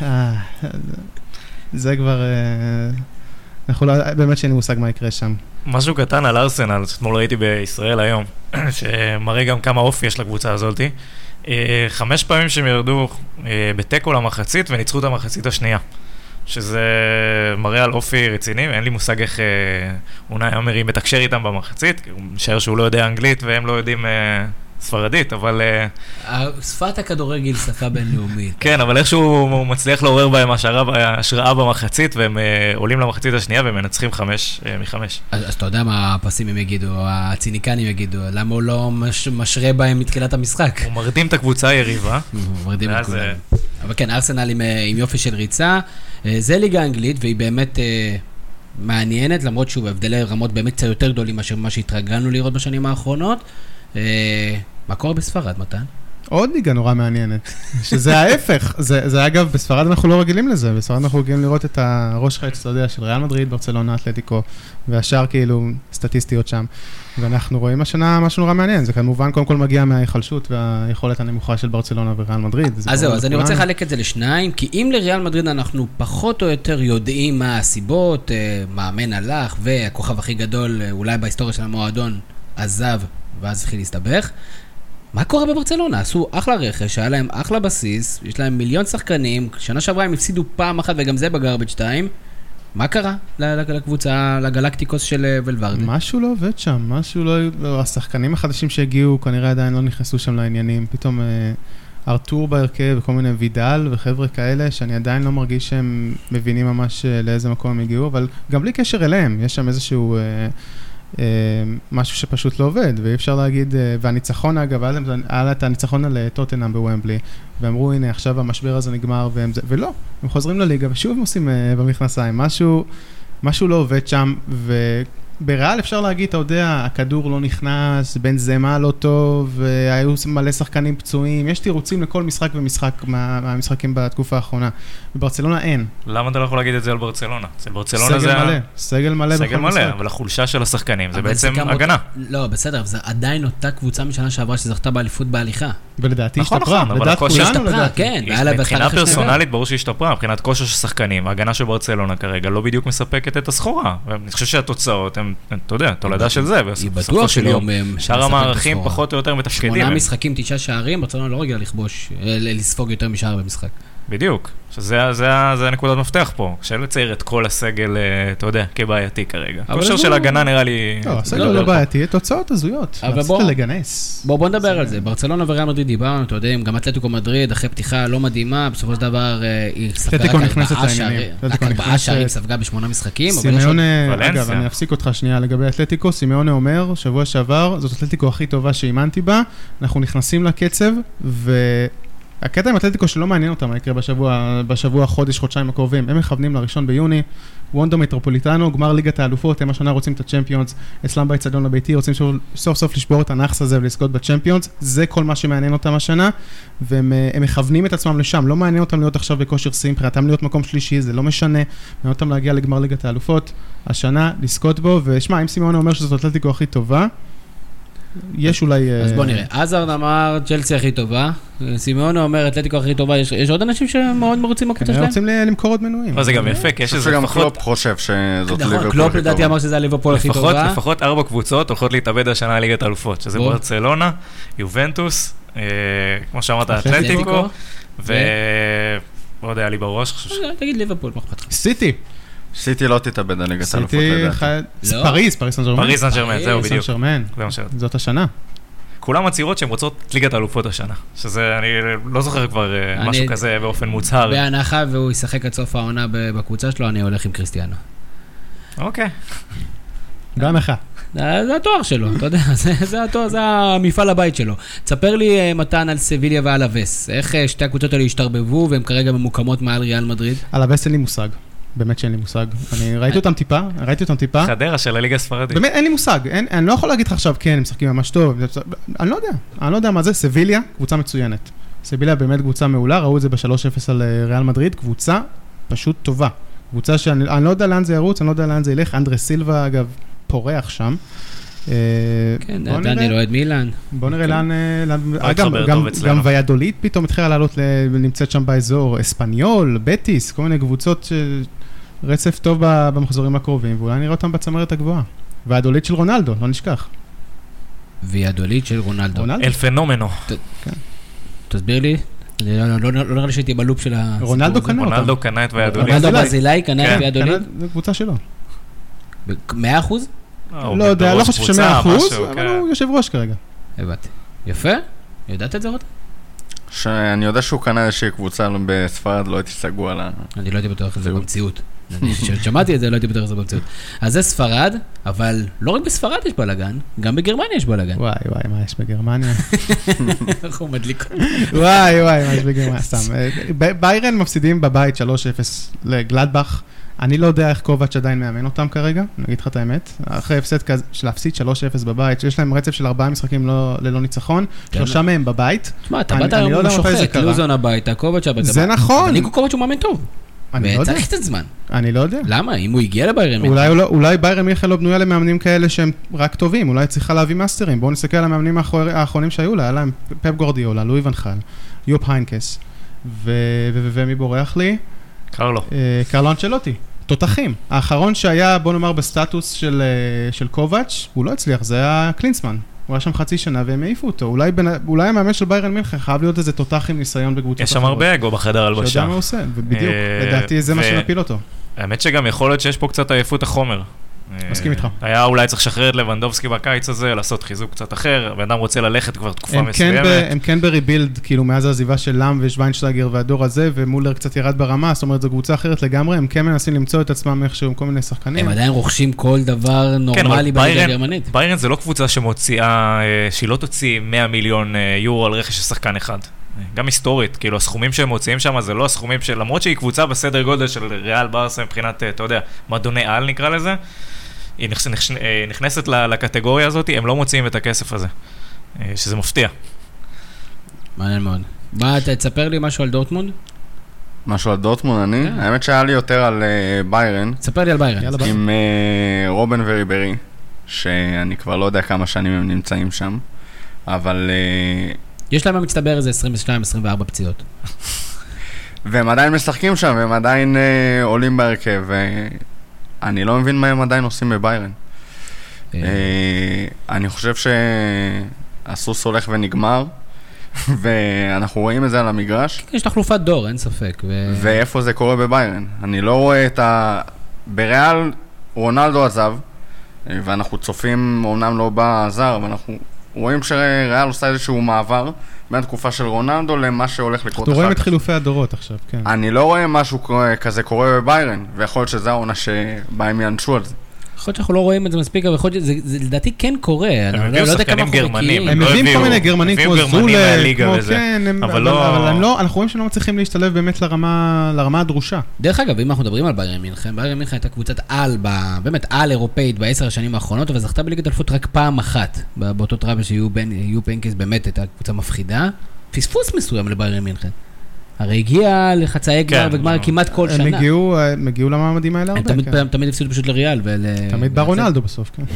זה כבר... אנחנו לא, באמת שאין לי מושג מה יקרה שם. משהו קטן על ארסנל, אתמול ראיתי בישראל היום, שמראה גם כמה אופי יש לקבוצה הזאת. חמש פעמים שהם ירדו בטקו למחצית וניצחו את המחצית השנייה. שזה מראה על אופי רציני, אין לי מושג איך אונאי אמרי מתקשר איתם במחצית, כי הוא משער שהוא לא יודע אנגלית והם לא יודעים ספרדית, אבל... שפת הכדורגל שפה בינלאומית. כן, אבל איכשהו הוא מצליח לעורר בהם השראה במחצית, והם עולים למחצית השנייה והם מנצחים חמש מחמש. אז אתה יודע מה הפסים הם יגידו, הציניקנים יגידו, למה הוא לא משרה בהם מתחילת המשחק? הוא מרדים את הקבוצה היריבה. הוא מרדים את כולם. אבל כן, ארסנל עם יופי של ריצה, זה ליגה אנגלית, והיא באמת מעניינת, למרות שהוא בהבדלי רמות באמת קצת יותר גדולים מאשר מה שהתרגלנו לראות בשנים האחרונות. מה קורה בספרד, מתן? עוד ליגה נורא מעניינת, שזה ההפך. זה, זה אגב, בספרד אנחנו לא רגילים לזה, בספרד אנחנו רגילים לראות את הראש חץ, אתה יודע, של ריאל מדריד, ברצלונה, אתלטיקו, והשאר כאילו סטטיסטיות שם. ואנחנו רואים השנה משהו נורא מעניין, זה כמובן קודם כל מגיע מההיחלשות והיכולת הנמוכה של ברצלונה וריאל מדריד. אז זהו, אז אני רוצה לחלק את זה לשניים, כי אם לריאל מדריד אנחנו פחות או יותר יודעים מה הסיבות, מאמן הלך, והכוכב הכי גדול אולי בהיסטוריה של המועדון עזב, ואז התחיל להסתבך. מה קורה בברצלונה? עשו אחלה רכש, היה להם אחלה בסיס, יש להם מיליון שחקנים, שנה שעברה הם הפסידו פעם אחת וגם זה בגרבג' שתיים. מה קרה לקבוצה, לגלקטיקוס של ולוורדה? משהו לא עובד שם, משהו לא... השחקנים החדשים שהגיעו כנראה עדיין לא נכנסו שם לעניינים, פתאום ארתור בהרכב וכל מיני וידל וחבר'ה כאלה שאני עדיין לא מרגיש שהם מבינים ממש לאיזה מקום הם הגיעו, אבל גם בלי קשר אליהם, יש שם איזשהו... משהו שפשוט לא עובד, ואי אפשר להגיד, והניצחון אגב, היה את הניצחון על טוטנהאם בוומבלי, ואמרו הנה עכשיו המשבר הזה נגמר, ולא, הם חוזרים לליגה ושוב הם עושים במכנסיים, משהו, משהו לא עובד שם, ובריאל אפשר להגיד, אתה יודע, הכדור לא נכנס, בין זמה לא טוב, והיו מלא שחקנים פצועים, יש תירוצים לכל משחק ומשחק מהמשחקים בתקופה האחרונה. בברצלונה אין. למה אתה לא יכול להגיד את זה על ברצלונה? זה ברצלונה סגל זה... מלא, סגל מלא סגל מלא, אבל החולשה של השחקנים, זה בעצם הגנה. לא, בסדר, זה עדיין אותה קבוצה משנה שעברה שזכתה באליפות בהליכה. ולדעתי נכון, השתפרה. נכון, אבל הכושר השתפרה, כן. מבחינה פרסונלית ברור שהשתפרה, מבחינת כושר של שחקנים, ההגנה של ברצלונה כרגע לא בדיוק מספקת את הסחורה. ואני חושב שהתוצאות הם, אתה יודע, תולדה של זה. היא בטוח שלא שאר המערכים פחות או יותר מתפקדים. שמונה משחקים, תשעה שערים, ברצלונה לא רגילה לכבוש, לספוג יותר משער במשחק. בדיוק. שזה, זה, זה נקודת מפתח פה. קשה לצייר את כל הסגל, אתה יודע, כבעייתי כרגע. כושר של הגנה נראה לי... לא, הסגל לא בעייתי, תוצאות הזויות. אבל בוא, בוא, בוא נדבר על זה. ברצלונה וריאל מדריד דיברנו, אתה יודע, גם אתלטיקו מדריד, אחרי פתיחה לא מדהימה, בסופו של דבר היא ספגה רק ארבעה שערים, ספגה בשמונה משחקים. סימיונה, אגב, אני אפסיק אותך שנייה לגבי אתלטיקו, סימיונה אומר, שבוע שעבר, זאת אתלטיקו הכי טובה שאימנתי בה, אנחנו נכנסים לקצב, ו... הקטע עם אתלטיקו שלא מעניין אותם, יקרה בשבוע, בשבוע, חודש, חודשיים הקרובים. הם מכוונים לראשון ביוני, וונדו מטרופוליטנו, גמר ליגת האלופות, הם השנה רוצים את הצ'מפיונס, אצלם באצטדיון הביתי, רוצים סוף סוף לשבור את הנחס הזה ולזכות בצ'מפיונס, זה כל מה שמעניין אותם השנה, והם מכוונים את עצמם לשם, לא מעניין אותם להיות עכשיו בכושר שיא, מבחינתם להיות מקום שלישי, זה לא משנה, מעניין אותם להגיע לגמר ליגת האלופות, השנה, לזכות בו, ושמע, אם סימונה אומר שזאת אתלטיקו הכי טובה, יש אולי... אז בוא נראה. עזרד אמר, צ'לסי הכי טובה, סימאונו אומר, אתלטיקו הכי טובה, יש עוד אנשים שמאוד מרוצים בקבוצה שלהם? רוצים למכור עוד מנויים. אבל זה גם יפה, כי יש איזה שגם לפחות... קלופ חושב שזאת ליברפול קלופ לדעתי אמר שזה הליברפול הכי טובה. לפחות ארבע קבוצות הולכות להתאבד השנה על ליגת האלופות, שזה ברצלונה, יובנטוס, כמו שאמרת, אתלטיקו, ו... לא יודע, לי בראש. תגיד ליברפול, מה אכפת לך? סיטי. סיטי לא תתאבד על ליגת האלופות לדעתי. פריז, פריז סן ז'רמן. פריז סן ז'רמן, זהו בדיוק. סן ז'רמן. זאת השנה. כולם מצהירות שהן רוצות ליגת האלופות השנה. שזה, אני לא זוכר כבר משהו כזה באופן מוצהר. בהנחה והוא ישחק עד סוף העונה בקבוצה שלו, אני הולך עם קריסטיאנו. אוקיי. בהנחה. זה התואר שלו, אתה יודע, זה התואר, זה המפעל הבית שלו. תספר לי מתן על סביליה ועל אבס. איך שתי הקבוצות האלה השתרבבו והן כרגע ממוקמות מעל ריאל מדריד? על אבס אין לי מושג. באמת שאין לי מושג. אני ראיתי אותם טיפה, ראיתי אותם טיפה. חדרה של הליגה הספרדית. באמת, אין לי מושג. אני לא יכול להגיד לך עכשיו, כן, הם משחקים ממש טוב. אני לא יודע. אני לא יודע מה זה. סביליה, קבוצה מצוינת. סביליה באמת קבוצה מעולה, ראו את זה ב-שלוש אפס על ריאל מדריד. קבוצה פשוט טובה. קבוצה שאני לא יודע לאן זה ירוץ, אני לא יודע לאן זה ילך. אנדרס סילבה, אגב, פורח שם. כן, דניאל אוהד מילאן. בוא נראה לאן, גם ויאדוליד פתאום התחילה לעלות, נמצאת שם באזור, אספניול, בטיס, כל מיני קבוצות רצף טוב במחזורים הקרובים, ואולי נראה אותם בצמרת הגבוהה. ויאדוליד של רונלדו, לא נשכח. ויאדוליד של רונלדו. אל פנומנו. תסביר לי. לא נראה לי שהייתי בלופ של הסיפור הזה. רונלדו קנה אותם. רונלדו קנה את ויאדוליד. רונלדו ברזילאי קנה את ויאדוליד? זה קבוצה שלו. מאה אחוז? לא יודע, לא חושב שמאה אחוז, אבל הוא יושב ראש כרגע. הבאתי. יפה? ידעת את זה עוד? שאני יודע שהוא קנה איזושהי קבוצה בספרד, לא הייתי סגור על ה... אני לא הייתי בטוח את זה במציאות. שמעתי את זה, לא הייתי בטוח את זה במציאות. אז זה ספרד, אבל לא רק בספרד יש בלגן, גם בגרמניה יש בלגן. וואי וואי, מה יש בגרמניה? אנחנו מדליק. וואי וואי, מה יש בגרמניה? סתם. ביירן מפסידים בבית שלוש אפס לגלדבך. אני לא יודע איך קובץ' עדיין מאמן אותם כרגע, אני אגיד לך את האמת. אחרי הפסד של להפסיד שלוש אפס בבית, שיש להם רצף של ארבעה משחקים ללא ניצחון, שלושה מהם בבית. תשמע, אתה באת היום משוחק, לוזון הביתה, קובץ' הביתה. זה נכון. ניקו קובץ' הוא מאמן טוב. אני לא יודע. וצריך קצת זמן. אני לא יודע. למה? אם הוא הגיע לביירן מינכן. אולי ביירן מינכן לא בנויה למאמנים כאלה שהם רק טובים, אולי צריכה להביא מאסטרים. בואו נסתכל על המאמנים האחרונים שהיו לה, היה להם פפ גורדיולה, לואי ון חאל, יופ היינקס, ומי בורח לי? קרלו. קרלו אנצ'לוטי. תותחים. האחרון שהיה, בוא נאמר, בסטטוס של, של קובץ', הוא לא הצליח, זה היה קלינסמן. הוא היה שם חצי שנה והם העיפו אותו. אולי, אולי המאמן של ביירן מינכן חייב להיות איזה תותח עם ניסיון בקבוצות. יש שם הרבה אגו בחדר הלבשה. שיודע מה הוא עושה, ובדיוק, לדעתי זה מה שנפיל אותו. האמת שגם יכול להיות שיש פה קצת עייפות החומר. מסכים איתך. היה אולי צריך לשחרר את לבנדובסקי בקיץ הזה, לעשות חיזוק קצת אחר, בן אדם רוצה ללכת כבר תקופה מסוימת. הם כן בריבילד, כאילו מאז העזיבה של לאם ושוויינשטייגר והדור הזה, ומולר קצת ירד ברמה, זאת אומרת, זו קבוצה אחרת לגמרי, הם כן מנסים למצוא את עצמם איכשהו עם כל מיני שחקנים. הם עדיין רוכשים כל דבר נורמלי בליגה הגרמנית. ביירן זה לא קבוצה שמוציאה, שהיא לא תוציא מאה מיליון יורו על רכש של שחקן אחד. גם היסטורית, כאילו הסכומים שהם מוציאים שם זה לא הסכומים של, למרות שהיא קבוצה בסדר גודל של ריאל ברסה מבחינת, אתה יודע, מועדוני על נקרא לזה, היא נכנסת לקטגוריה הזאת, הם לא מוציאים את הכסף הזה, שזה מפתיע. מעניין מאוד. מה, תספר לי משהו על דורטמונד? משהו על דורטמונד, אני? האמת שהיה לי יותר על ביירן. תספר לי על ביירן. עם רובן וריברי, שאני כבר לא יודע כמה שנים הם נמצאים שם, אבל... יש להם מצטבר איזה עשרים ושתיים עשרים וארבע פציעות. והם עדיין משחקים שם, והם עדיין עולים בהרכב, אני לא מבין מה הם עדיין עושים בביירן. אני חושב שהסוס הולך ונגמר, ואנחנו רואים את זה על המגרש. יש תחלופת דור, אין ספק. ואיפה זה קורה בביירן? אני לא רואה את ה... בריאל רונלדו עזב, ואנחנו צופים, אומנם לא בא זר, אבל אנחנו רואים שריאל עושה איזשהו מעבר בין תקופה של רונלדו למה שהולך לקרות אחר כך. אנחנו רואים את חילופי הדורות עכשיו, כן. אני לא רואה משהו כזה קורה בביירן, ויכול להיות שזה העונה שבה הם ינשו על זה. יכול להיות שאנחנו לא רואים את זה מספיק, אבל יכול להיות שזה לדעתי כן קורה. הם הביאו שחקנים גרמנים. הם מביאים כל מיני גרמנים כמו זולה, כמו כן, אבל אנחנו רואים שלא מצליחים להשתלב באמת לרמה הדרושה. דרך אגב, אם אנחנו מדברים על ביירן מינכן, ביירן מינכן הייתה קבוצת על, באמת על אירופאית בעשר השנים האחרונות, אבל זכתה בליגת האלופות רק פעם אחת, באותו טראבל שיו פנקס באמת הייתה קבוצה מפחידה. פספוס מסוים לביירן מינכן. הרי הגיע לחצאי גמר וגמר כמעט כל שנה. הם הגיעו למעמדים האלה הרבה. הם תמיד הפסידו פשוט לריאל. תמיד בא רונלדו בסוף, כן.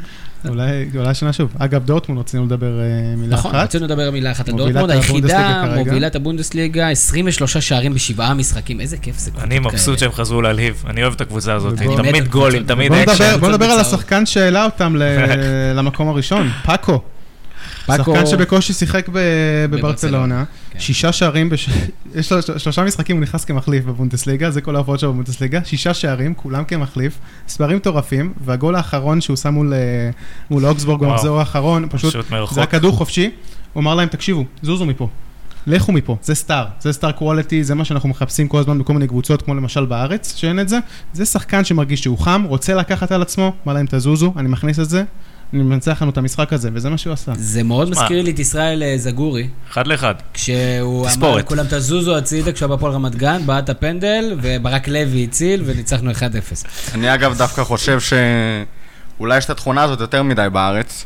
אולי שנה שוב. אגב, דורטמונד רצינו לדבר מילה אחת. נכון, רצינו לדבר מילה אחת. דורטמונד היחידה מובילה את הבונדסליגה, עשרים ושלושה שערים בשבעה משחקים. איזה כיף זה. אני מבסוט שהם חזרו להלהיב. אני אוהב את הקבוצה הזאת. תמיד גולים, תמיד אקשן. בוא נדבר על השחקן שהעלה אותם למקום הראשון, פאקו. שחקן שבקושי שיחק בברצלונה, שישה שערים, יש לו שלושה משחקים, הוא נכנס כמחליף בבונדסליגה, זה כל ההופעות שלו בבונדסליגה, שישה שערים, כולם כמחליף, ספרים טורפים, והגול האחרון שהוא שם מול אוקסבורג במחזור האחרון, פשוט, זה הכדור חופשי, הוא אמר להם, תקשיבו, זוזו מפה, לכו מפה, זה סטאר, זה סטאר קואליטי, זה מה שאנחנו מחפשים כל הזמן בכל מיני קבוצות, כמו למשל בארץ, שאין את זה, זה שחקן שמרגיש שהוא חם, רוצה לקחת על עצמו, אמר להם, תזוזו, אני מכניס את זה, אני מנצח לנו את המשחק הזה, וזה מה שהוא עשה. זה מאוד מזכיר לי את ישראל זגורי. אחד לאחד. כשהוא אמר לכולם תזוזו הצידה, כשהוא בא פה על רמת גן, בעט הפנדל, וברק לוי הציל, וניצחנו אחד אפס. אני אגב דווקא חושב שאולי יש את התכונה הזאת יותר מדי בארץ,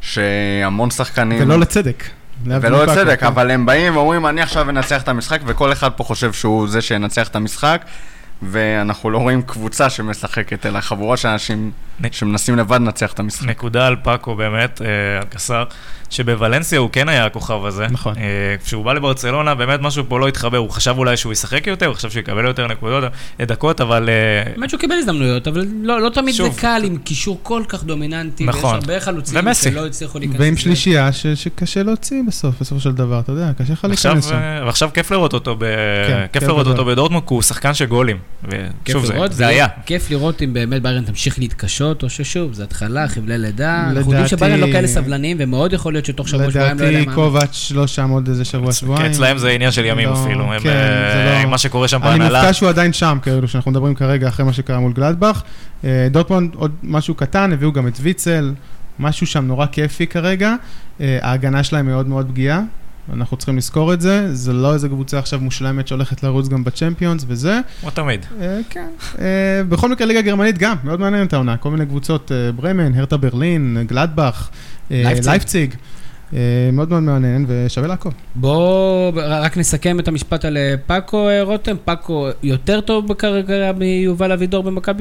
שהמון שחקנים... ולא לצדק. ולא לצדק, אבל הם באים ואומרים, אני עכשיו אנצח את המשחק, וכל אחד פה חושב שהוא זה שינצח את המשחק, ואנחנו לא רואים קבוצה שמשחקת, אלא חבורה של אנשים שמנסים לבד לנצח את המשחק. נקודה על פאקו באמת, על קסר, שבוולנסיה הוא כן היה הכוכב הזה. נכון. כשהוא בא לברצלונה, באמת משהו פה לא התחבר, הוא חשב אולי שהוא ישחק יותר, הוא חשב שהוא יקבל יותר נקודות, דקות, אבל... באמת שהוא קיבל הזדמנויות, אבל לא תמיד זה קל עם קישור כל כך דומיננטי, ויש הרבה חלוצים שלא הצליחו להיכנס. ועם שלישייה שקשה להוציא בסוף, בסוף של דבר, אתה יודע, קשה לך להיכנס שם. ועכשיו כיף לראות אותו כיף לראות אותו בדורטמונד, כי הוא שחקן של גולים. ושוב, זה היה. כיף לראות אם באמת ביירן תמשיך להתקשות, או ששוב, זה התחלה, חבלי לידה. אנחנו יודעים שביירן לא כאלה סבלניים, ומאוד יכול להיות שתוך שבוע שבועיים לא יודע מה. לדעתי קובץ' לא שם עוד איזה שבוע שבועיים. אצלהם זה עניין של ימים אפילו. מה שקורה שם בהנהלה. אני מופתע שהוא עדיין שם, כאילו שאנחנו מדברים כרגע אחרי מה שקרה מול גלדבך. דורטמונד עוד משהו קטן, הביאו גם את ויצל, משהו שם נורא כיפי כרגע. ההגנה שלהם מאוד מאוד פגיעה. אנחנו צריכים לזכור את זה, זה לא איזה קבוצה עכשיו מושלמת שהולכת לרוץ גם בצ'מפיונס וזה. כמו תמיד. כן. בכל מקרה ליגה גרמנית גם, מאוד מעניין את העונה, כל מיני קבוצות, ברמן, הרטה ברלין, גלדבך, לייפציג, מאוד מאוד מעניין ושווה לעקוב. בואו רק נסכם את המשפט על פאקו רותם, פאקו יותר טוב בקריירה מיובל אבידור במכבי?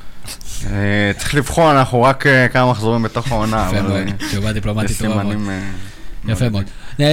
צריך לבחון, אנחנו רק כמה מחזורים בתוך העונה. יפה מאוד, תשובה דיפלומטית טובה מאוד. יפה מאוד.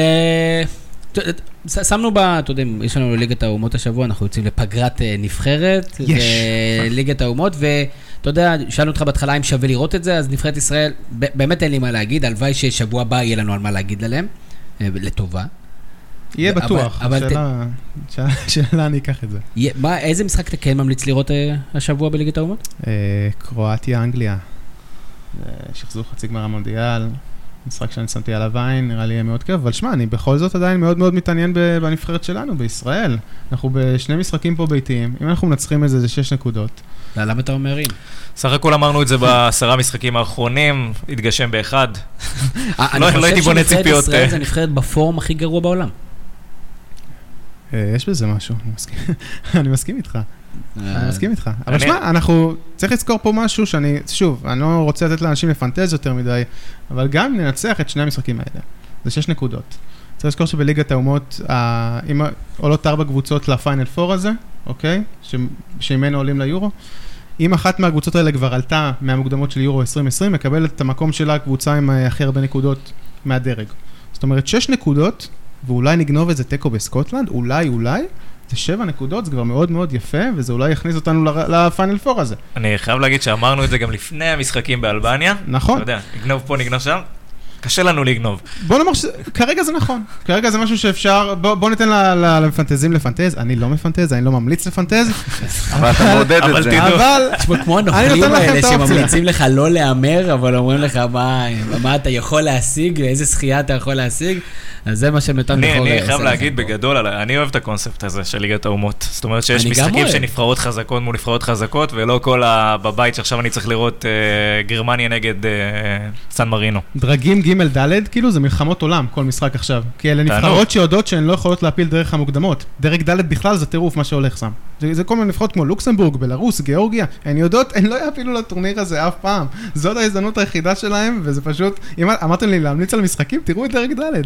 שמנו בה, אתה יודע, יש לנו ליגת האומות השבוע, אנחנו יוצאים לפגרת נבחרת, ליגת האומות, ואתה יודע, שאלנו אותך בהתחלה אם שווה לראות את זה, אז נבחרת ישראל, באמת אין לי מה להגיד, הלוואי ששבוע הבא יהיה לנו על מה להגיד עליהם, לטובה. יהיה בטוח, שאלה אני אקח את זה. איזה משחק אתה כן ממליץ לראות השבוע בליגת האומות? קרואטיה, אנגליה. שחזור חצי גמר המונדיאל. משחק שאני שמתי עליו עין, נראה לי מאוד כיף, אבל שמע, אני בכל זאת עדיין מאוד מאוד מתעניין בנבחרת שלנו, בישראל. אנחנו בשני משחקים פה ביתיים, אם אנחנו מנצחים את זה, זה שש נקודות. למה אתה אומר אם? סך הכל אמרנו את זה בעשרה משחקים האחרונים, התגשם באחד. לא הייתי בונה ציפיות. אני חושב שנבחרת ישראל זה נבחרת בפורם הכי גרוע בעולם. יש בזה משהו, אני מסכים איתך. אני מסכים איתך. אבל שמע, אנחנו צריך לזכור פה משהו שאני, שוב, אני לא רוצה לתת לאנשים לפנטז יותר מדי, אבל גם ננצח את שני המשחקים האלה. זה שש נקודות. צריך לזכור שבליגת האומות, אם עולות ארבע קבוצות לפיינל פור הזה, אוקיי? שממנו עולים ליורו. אם אחת מהקבוצות האלה כבר עלתה מהמוקדמות של יורו עשרים עשרים, מקבלת את המקום שלה הקבוצה עם הכי הרבה נקודות מהדרג. זאת אומרת, שש נקודות, ואולי נגנוב איזה טקו בסקוטלנד, אולי, אולי, זה שבע נקודות, זה כבר מאוד מאוד יפה, וזה אולי יכניס אותנו לפיינל פור הזה. אני חייב להגיד שאמרנו את זה גם לפני המשחקים באלבניה. נכון. אתה יודע, נגנוב פה, נגנוב שם. קשה לנו לגנוב. בוא נאמר שכרגע זה נכון. כרגע זה משהו שאפשר, בוא ניתן למפנטזים לפנטז. אני לא מפנטז, אני לא ממליץ לפנטז. אבל אתה מעודד את זה. אבל, כמו הנוכלים האלה שממליצים לך לא לאמר, אבל אומרים לך מה אתה יכול להשיג, איזה שחייה אתה יכול להשיג. אז זה מה שנתן לך. אני חייב להגיד בגדול, אני אוהב את הקונספט הזה של ליגת האומות. זאת אומרת שיש משחקים שנבחרות חזקות מול נבחרות חזקות, ולא כל בבית שעכשיו אני צריך לראות גרמניה נגד סן מרינו. דרגים ג' ד', כאילו זה מלחמות עולם, כל משחק עכשיו. כי אלה נבחרות שיודעות שהן לא יכולות להפיל דרך המוקדמות. דרג ד' בכלל זה טירוף מה שהולך שם. זה, זה כל מיני נבחרות כמו לוקסמבורג, בלרוס, גיאורגיה. הן יודעות, הן לא יפילו לטורניר הזה אף פעם. זאת ההזדמנות היחידה שלהם, וזה פשוט, אם אמרתם לי להמליץ על משחקים, תראו את דרג ד'.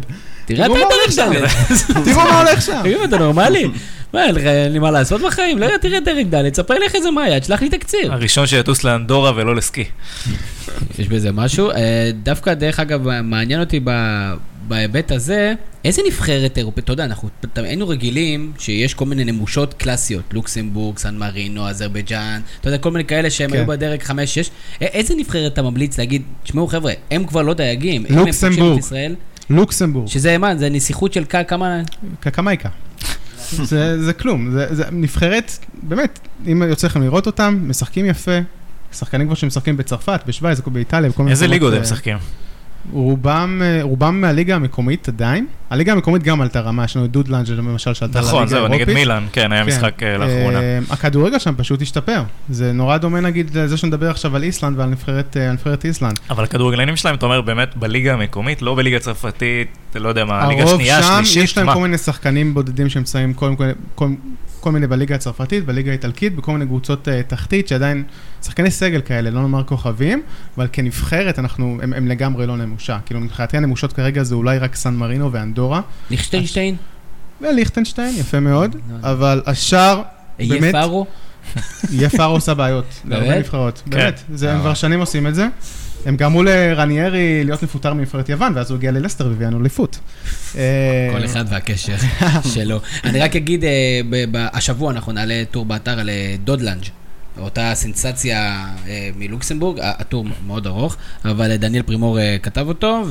תראה אתה דרג ד'. תראו מה הולך שם. תראו, אתה נורמלי? מה, אין לי מה לעשות בחיים? לא, תראה דרג ד', תספר לי איך איזה מה היה, תשלח לי תקציר. הראשון שיטוס לאנדורה ולא לסקי. יש בזה משהו. דווקא דרך אגב, מעניין אותי בהיבט הזה, איזה נבחרת אירופית, אתה יודע, אנחנו היינו רגילים שיש כל מיני נמושות קלאסיות, לוקסמבורג, סן מרינו, אזרבייג'אן, אתה יודע, כל מיני כאלה שהם היו בדרג חמש שש. איזה נבחרת אתה ממליץ להגיד, תשמעו חבר'ה, הם כבר לא דייגים, אם הם פוגשים את ישראל, לוקסמבורג. שזה מה, זה נסיכות של כמה... כקמייקה. זה כלום, זה נבחרת, באמת, אם יוצא לכם לראות אותם, משחקים יפה, שחקנים כבר שמשחקים בצרפת, בשוויץ, באיטליה, בכל מיני... איזה ליגות הם משחקים? רובם, רובם מהליגה המקומית עדיין. הליגה המקומית גם עלתה רמה, יש לנו דודלנד למשל שעלתה לליגה האירופית. נכון, זהו, נגד מילאן, כן, היה משחק לאחרונה. הכדורגל שם פשוט השתפר. זה נורא דומה נגיד לזה שנדבר עכשיו על איסלנד ועל נבחרת איסלנד. אבל הכדורגלנים שלהם, אתה אומר, באמת בליגה המקומית, לא בליגה הצרפתית, לא יודע מה, ליגה שנייה, שלישית, מה? הרוב שם, יש להם כל מיני שחקנים בודדים שמצאים כל מיני בליגה הצרפתית, בליגה האיטלקית, בכל מיני קבוצות תחתית, שעדיין שחקני סגל כאלה, לא נאמר כוכבים, אבל כנבחרת אנחנו, הם, הם לגמרי לא נמושה. כאילו, מבחינתי הנמושות כרגע זה אולי רק סן מרינו ואנדורה. ליכטנשטיין? ליכטנשטיין, יפה מאוד, אבל השאר, באמת... יהיה פארו? יהיה פארו עושה בעיות, להרבה נבחרות. באמת, הם כבר שנים עושים את זה. הם גרמו לרניירי להיות מפוטר מנבחרת יוון, ואז הוא הגיע ללסטר והביאנו אליפות. כל אחד והקשר שלו. אני רק אגיד, השבוע אנחנו נעלה טור באתר על דודלנד, אותה סנסציה מלוקסמבורג, הטור מאוד ארוך, אבל דניאל פרימור כתב אותו,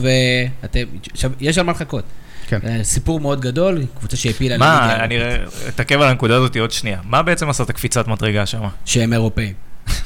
ויש על מה לחכות. סיפור מאוד גדול, קבוצה שהפילה... מה, אני אתעכב על הנקודה הזאת עוד שנייה. מה בעצם עשה את הקפיצת מדרגה שם? שהם אירופאים.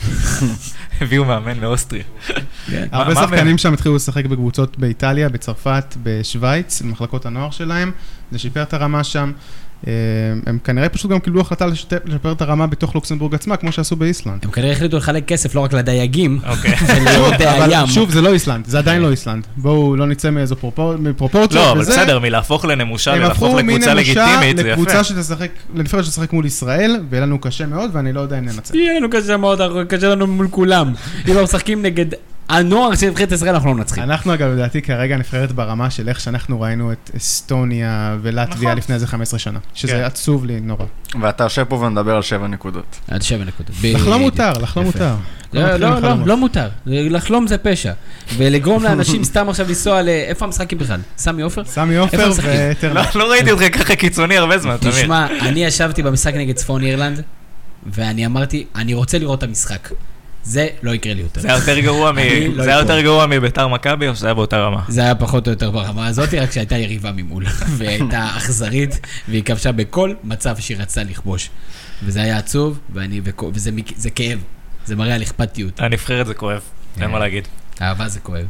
הביאו מאמן מאוסטריה. הרבה שחקנים שם התחילו לשחק בקבוצות באיטליה, בצרפת, בשוויץ, במחלקות הנוער שלהם, זה שיפר את הרמה שם. הם כנראה פשוט גם קיבלו החלטה לשפר את הרמה בתוך לוקסמבורג עצמה, כמו שעשו באיסלנד. הם כנראה החליטו לחלק כסף לא רק לדייגים, אבל שוב, זה לא איסלנד, זה עדיין לא איסלנד. בואו לא נצא מאיזו פרופורציות. לא, אבל בסדר, מלהפוך לנמושה ולהפוך לקבוצה לגיטימית, זה יפה. לקבוצה שתשחק, לנבחרת שתשחק מול ישראל, ויהיה לנו קשה מאוד, ואני לא יודע אם ננצח. יהיה לנו קשה מאוד, קשה לנו מול כולם. אם אנחנו משחקים נגד הנוער של נבחרת ישראל, אנחנו לא מנצחים. אנחנו אגב, לדעתי, כרגע נבחרת ברמה של איך שאנחנו ראינו את אסטוניה ולטביה לפני איזה חמש עשרה שנה, שזה עצוב לי נורא. ואתה יושב פה ונדבר על שבע נקודות. על שבע נקודות. לחלום מותר, לחלום מותר. לא, לא, לא מותר. לחלום זה פשע. ולגרום לאנשים סתם עכשיו לנסוע ל... איפה המשחקים בכלל? סמי עופר? סמי עופר וטרנר. לא ראיתי אותך ככה קיצוני הרבה זמן, תמיד. תשמע, אני ישבתי במשחק נגד צפון אירלנד, ואני אמרתי, אני רוצה לראות את המשחק. זה לא יקרה לי יותר. זה היה יותר גרוע מ... זה היה יותר גרוע מביתר מכבי, או שזה היה באותה רמה? זה היה פחות או יותר ברמה הזאת, רק שהייתה יריבה ממול, והייתה אכזרית, והיא כבשה בכל מצב שהיא רצתה לכבוש. וזה היה עצוב, וזה כאב. זה מראה על אכפתיות. הנבחרת זה כואב, אין מה להגיד. אהבה זה כואב.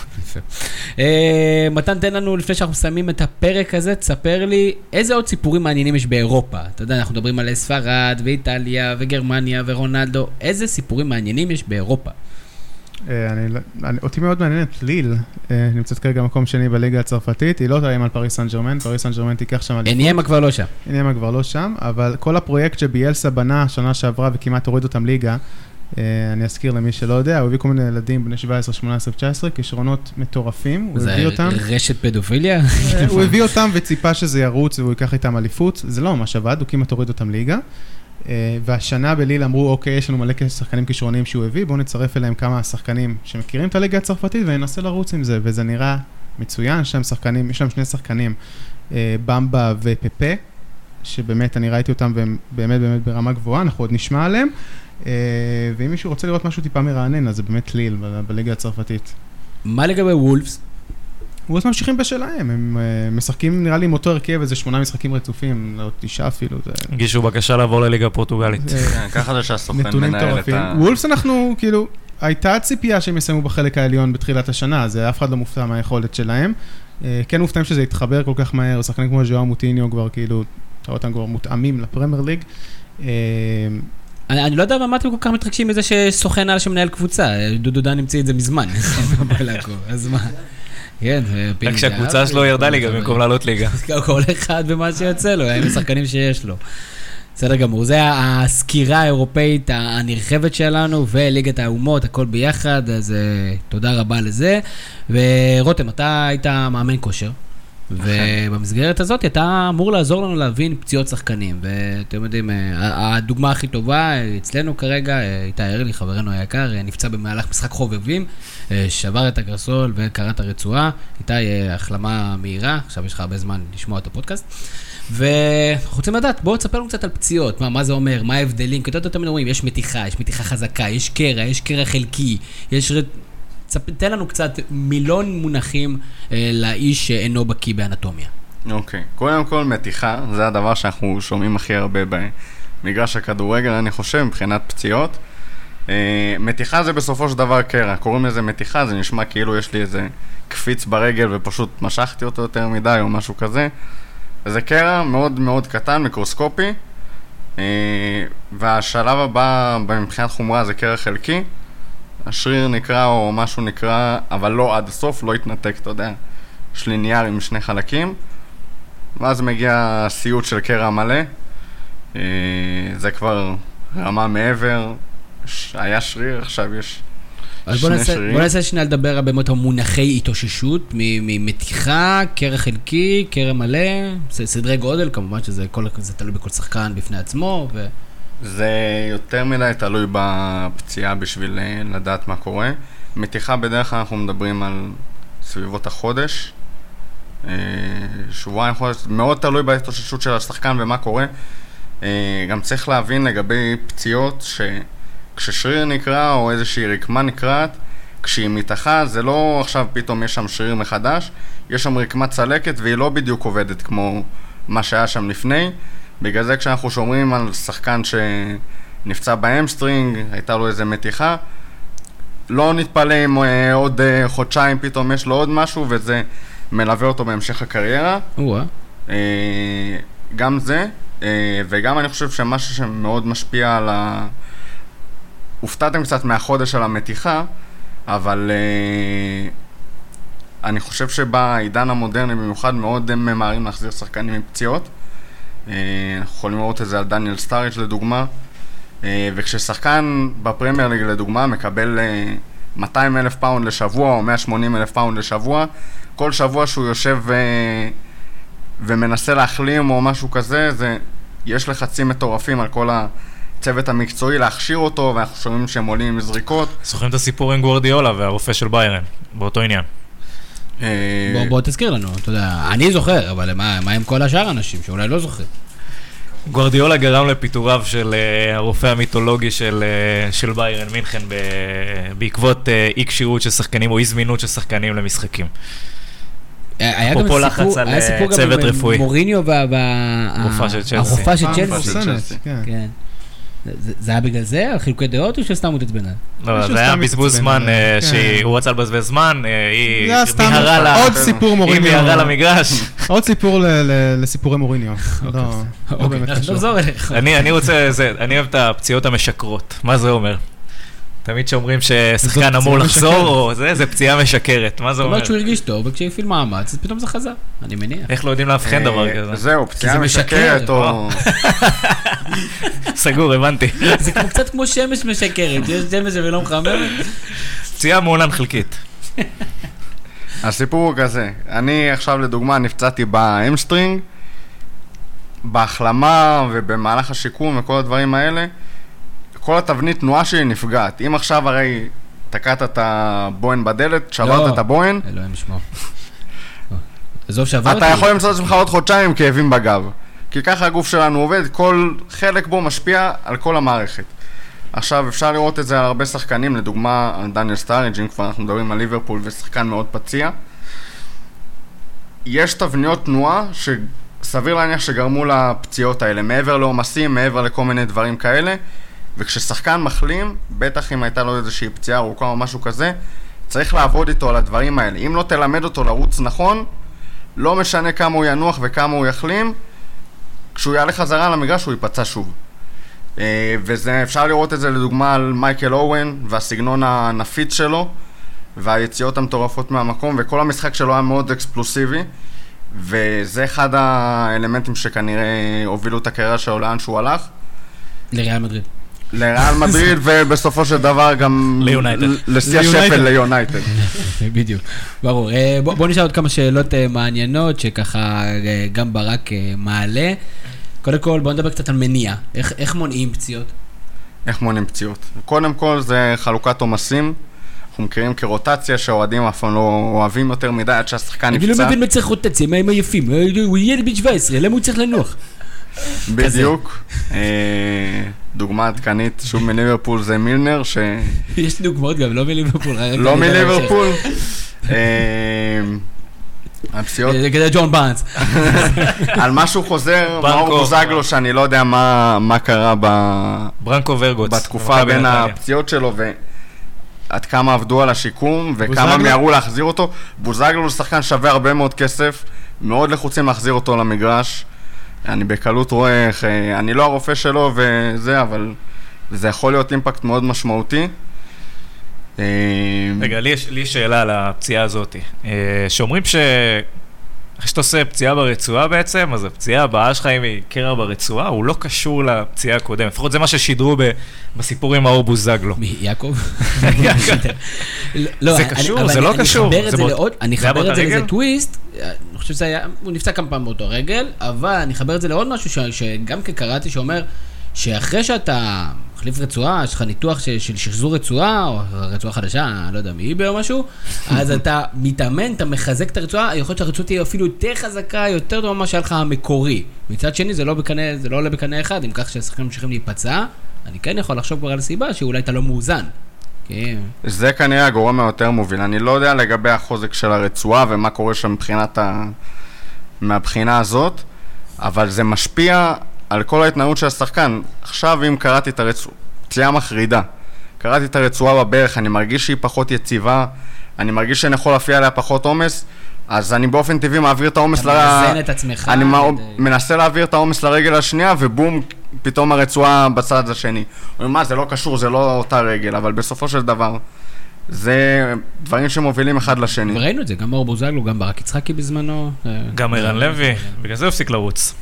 מתן, תן לנו, לפני שאנחנו מסיימים את הפרק הזה, תספר לי איזה עוד סיפורים מעניינים יש באירופה. אתה יודע, אנחנו מדברים על ספרד ואיטליה וגרמניה ורונלדו. איזה סיפורים מעניינים יש באירופה? אותי מאוד מעניינת ליל, נמצאת כרגע מקום שני בליגה הצרפתית, היא לא תאיים על פריס סן ז'רמן, פריס סן ז'רמן תיקח שם... אניימה כבר לא שם. אניימה כבר לא שם, אבל כל הפרויקט שביאלסה בנה שנה שעברה וכמעט הוריד אותם ליגה, אני אזכיר למי שלא יודע, הוא הביא כל מיני ילדים בני שבע עשרה, שמונה עשרה, תשע עשרה, כישרונות מטורפים, הוא הביא אותם. זה רשת פדופיליה? הוא הביא אותם וציפה שזה ירוץ והוא ייקח איתם אליפות, זה לא ממש עבד, הוא כמעט הוריד אותם ליגה. והשנה בליל אמרו, אוקיי, יש לנו מלא שחקנים כישרוניים שהוא הביא, בואו נצרף אליהם כמה שחקנים שמכירים את הליגה הצרפתית וננסה לרוץ עם זה, וזה נראה מצוין, יש להם שחקנים, יש להם שני שחקנים, במבה ופפה, שבאמת אני ראיתי אותם והם באמת באמת ברמה גבוהה, אנחנו עוד נשמע עליהם, ואם מישהו רוצה לראות משהו טיפה מרענן, אז זה באמת ליל בליגה הצרפתית. מה לגבי וולפס? וולפס ממשיכים בשלהם, הם משחקים נראה לי עם אותו הרכב, איזה שמונה משחקים רצופים, לא תשעה אפילו. הגישו בקשה לעבור לליגה הפורטוגלית. ככה זה שהסוכן מנהל את ה... וולפס אנחנו, כאילו, הייתה ציפייה שהם יסיימו בחלק העליון בתחילת השנה, אז אף אחד לא מופתע מהיכולת שלהם. כן מופתעים שזה יתחבר כל כך מהר, שחקנים כמו ז'ואר מוטיניו כבר כאילו, תראו אותם כבר מותאמים לפרמייר ליג. אני לא יודע מה אתם כל כך מתרגשים מזה שסוכן על שמנהל קבוצה, דודו דן נמצא את זה מזמן. אז מה? כן, רק שהקבוצה שלו ירדה ליגה במקום לעלות ליגה. כל אחד במה שיוצא לו, הם השחקנים שיש לו. בסדר גמור, זה הסקירה האירופאית הנרחבת שלנו, וליגת האומות, הכל ביחד, אז תודה רבה לזה. ורותם, אתה היית מאמן כושר, ובמסגרת הזאת אתה אמור לעזור לנו להבין פציעות שחקנים, ואתם יודעים, הדוגמה הכי טובה אצלנו כרגע, איתי ארלי, חברנו היקר, נפצע במהלך משחק חובבים, שבר את הגרסול וקרא את הרצועה, איתי החלמה מהירה, עכשיו יש לך הרבה זמן לשמוע את הפודקאסט, ואנחנו רוצים לדעת, בואו תספר לנו קצת על פציעות, מה, מה זה אומר, מה ההבדלים, כי אתה תמיד אומרים, יש מתיחה, יש מתיחה חזקה, יש קרע, יש קרע חלקי, יש... תן לנו קצת מילון מונחים אה, לאיש שאינו בקיא באנטומיה. אוקיי, okay. קודם כל מתיחה, זה הדבר שאנחנו שומעים הכי הרבה במגרש הכדורגל, אני חושב, מבחינת פציעות. אה, מתיחה זה בסופו של דבר קרע, קוראים לזה מתיחה, זה נשמע כאילו יש לי איזה קפיץ ברגל ופשוט משכתי אותו יותר מדי או משהו כזה. זה קרע מאוד מאוד קטן, מיקרוסקופי, אה, והשלב הבא מבחינת חומרה זה קרע חלקי, השריר נקרא או משהו נקרא, אבל לא עד הסוף, לא יתנתק, אתה יודע. יש לי נייר עם שני חלקים, ואז מגיע סיוט של קרע מלא, זה כבר רמה מעבר, היה שריר, עכשיו יש שני שרירים. בוא נעשה שנייה לדבר באמת על מונחי התאוששות, ממתיחה, קרע חלקי, קרע מלא, סדרי גודל, כמובן שזה תלוי בכל שחקן בפני עצמו, ו... זה יותר מדי תלוי בפציעה בשביל לדעת מה קורה. מתיחה בדרך כלל אנחנו מדברים על סביבות החודש, שבועיים חודש, מאוד תלוי בהתאוששות של השחקן ומה קורה. גם צריך להבין לגבי פציעות שכששריר נקרא או איזושהי רקמה נקראת, כשהיא מתיחה זה לא עכשיו פתאום יש שם שריר מחדש, יש שם רקמה צלקת והיא לא בדיוק עובדת כמו מה שהיה שם לפני. בגלל זה כשאנחנו שומרים על שחקן שנפצע באמסטרינג, הייתה לו איזה מתיחה, לא נתפלא אם עוד חודשיים פתאום יש לו עוד משהו, וזה מלווה אותו בהמשך הקריירה. גם זה, וגם אני חושב שמשהו שמאוד משפיע על ה... הופתעתם קצת מהחודש על המתיחה, אבל אני חושב שבעידן המודרני במיוחד מאוד ממהרים להחזיר שחקנים עם פציעות. אנחנו יכולים לראות את זה על דניאל סטאריץ' לדוגמה, וכששחקן בפרמייר ליג לדוגמה מקבל מאתיים אלף פאונד לשבוע או מאה ושמונים אלף פאונד לשבוע, כל שבוע שהוא יושב ו... ומנסה להחלים או משהו כזה, זה... יש לחצים מטורפים על כל הצוות המקצועי להכשיר אותו, ואנחנו שומעים שהם עולים עם זריקות. זוכרים את הסיפור עם גוארדיולה והרופא של ביירן, באותו עניין. בוא, בוא תזכיר לנו, אתה יודע, אני זוכר, אבל מה, מה עם כל השאר האנשים שאולי לא זוכרים? גוארדיולה גרם לפיטוריו של uh, הרופא המיתולוגי של, uh, של ביירן מינכן ב, בעקבות uh, אי כשירות של שחקנים או אי זמינות של שחקנים למשחקים. היה גם סיפור, היה סיפור גם עם מוריניו והרופא של צ'לסי. הרופא של צ'לסי. כן. זה היה בגלל זה? חילוקי דעות או שסתם הוא תצבנה? לא, זה היה בזבוז זמן, שהוא רצה לבזבז זמן, היא מיהרה למגרש. עוד סיפור לסיפורי מוריניו. נחזור אליך. אני רוצה, אני אוהב את הפציעות המשקרות. מה זה אומר? תמיד שאומרים ששחקן אמור לחזור, או זה, זה פציעה משקרת. מה זה אומר? זאת אומרת שהוא הרגיש טוב, וכשהפעיל מאמץ, אז פתאום זה חזר. אני מניח. איך לא יודעים להבחן דבר כזה? זהו, פציעה משקרת, או... סגור, הבנתי. זה קצת כמו שמש משקרת, יש שמש ולא מחממת. פציעה מעונן חלקית. הסיפור הוא כזה, אני עכשיו לדוגמה נפצעתי באמסטרינג, בהחלמה ובמהלך השיקום וכל הדברים האלה, כל התבנית תנועה שלי נפגעת. אם עכשיו הרי תקעת את הבוהן בדלת, שברת את הבוהן, אלוהים ישמור. עזוב שעברתי. אתה יכול למצוא את עצמך עוד חודשיים עם כאבים בגב. כי ככה הגוף שלנו עובד, כל חלק בו משפיע על כל המערכת. עכשיו אפשר לראות את זה על הרבה שחקנים, לדוגמה על דניאל סטאריג', אם כבר אנחנו מדברים על ליברפול ושחקן מאוד פציע. יש תבניות תנועה שסביר להניח שגרמו לפציעות האלה, מעבר לעומסים, מעבר לכל מיני דברים כאלה. וכששחקן מחלים, בטח אם הייתה לו איזושהי פציעה ארוכה או משהו כזה, צריך לעבוד איתו על הדברים האלה. אם לא תלמד אותו לרוץ נכון, לא משנה כמה הוא ינוח וכמה הוא יחלים, כשהוא יעלה חזרה למגרש הוא ייפצע שוב. וזה, אפשר לראות את זה לדוגמה על מייקל אוון והסגנון הנפיץ שלו, והיציאות המטורפות מהמקום, וכל המשחק שלו היה מאוד אקספלוסיבי, וזה אחד האלמנטים שכנראה הובילו את הקריירה שלו לאן שהוא הלך. לריאל מדריד. לריאל מדריד, ובסופו של דבר גם... ליונייטד. לשיא השפל ליונייטד. בדיוק, ברור. בואו נשאל עוד כמה שאלות מעניינות, שככה גם ברק מעלה. קודם כל, בואו נדבר קצת על מניע. איך מונעים פציעות? איך מונעים פציעות? קודם כל, זה חלוקת עומסים. אנחנו מכירים כרוטציה שהאוהדים אף פעם לא אוהבים יותר מדי עד שהשחקן נפצע. אני לא מבין מה צריך רוטציה, מה הם עייפים? הוא ילד בן שבע עשרה, למה הוא צריך לנוח? בדיוק. דוגמה עדכנית, שוב מליברפול זה מילנר, ש... יש דוגמאות גם, לא מליברפול. לא מליברפול. הפציעות... זה כזה ג'ון באנס. על משהו חוזר, מאור בוזגלו, שאני לא יודע מה קרה ברנקו ורגוץ. בתקופה בין הפציעות שלו, ועד כמה עבדו על השיקום, וכמה מיהרו להחזיר אותו. בוזגלו זה שחקן שווה הרבה מאוד כסף, מאוד לחוצים להחזיר אותו למגרש. אני בקלות רואה איך, אני לא הרופא שלו וזה, אבל זה יכול להיות אימפקט מאוד משמעותי. רגע, לי יש שאלה על הפציעה הזאת. שאומרים ש... אחרי שאתה עושה פציעה ברצועה בעצם, אז הפציעה הבאה שלך אם היא קרע ברצועה, הוא לא קשור לפציעה הקודמת. לפחות זה מה ששידרו בסיפור עם האור בוזגלו. מי, יעקב? זה קשור, זה לא קשור. אני אחבר את זה לאיזה טוויסט, אני חושב שזה היה, הוא נפצע כמה פעם באותו רגל, אבל אני אחבר את זה לעוד משהו שגם כקראתי שאומר, שאחרי שאתה מחליף רצועה, יש לך ניתוח של שחזור רצועה, או רצועה חדשה, לא יודע, מאיבי או משהו, אז אתה מתאמן, אתה מחזק את הרצועה, יכול להיות שהרצועה תהיה אפילו יותר חזקה, יותר טובה ממה שהיה לך המקורי. מצד שני, זה לא בקנה, זה לא עולה בקנה אחד, אם כך שהשחקנים ממשיכים להיפצע, אני כן יכול לחשוב כבר על הסיבה שאולי אתה לא מאוזן. זה כנראה הגורם היותר מוביל. אני לא יודע לגבי החוזק של הרצועה ומה קורה שם מבחינת ה... מהבחינה הזאת, אבל זה משפיע על כל ההתנהלות של השחקן. עכשיו אם קראתי את הרצועה, פציעה מחרידה, קראתי את הרצועה בברך, אני מרגיש שהיא פחות יציבה, אני מרגיש שאני יכול להפיע עליה פחות עומס, אז אני באופן טבעי מעביר את העומס לרגל... אתה מנזן את עצמך. אני מנסה להעביר את העומס לרגל השנייה, ובום, פתאום הרצועה בצד השני. מה, זה לא קשור, זה לא אותה רגל, אבל בסופו של דבר, זה דברים שמובילים אחד לשני. וראינו את זה, גם מאור בוזגלו, גם ברק יצחקי בזמנו. גם ערן לוי, בגלל זה הפסיק לרוץ.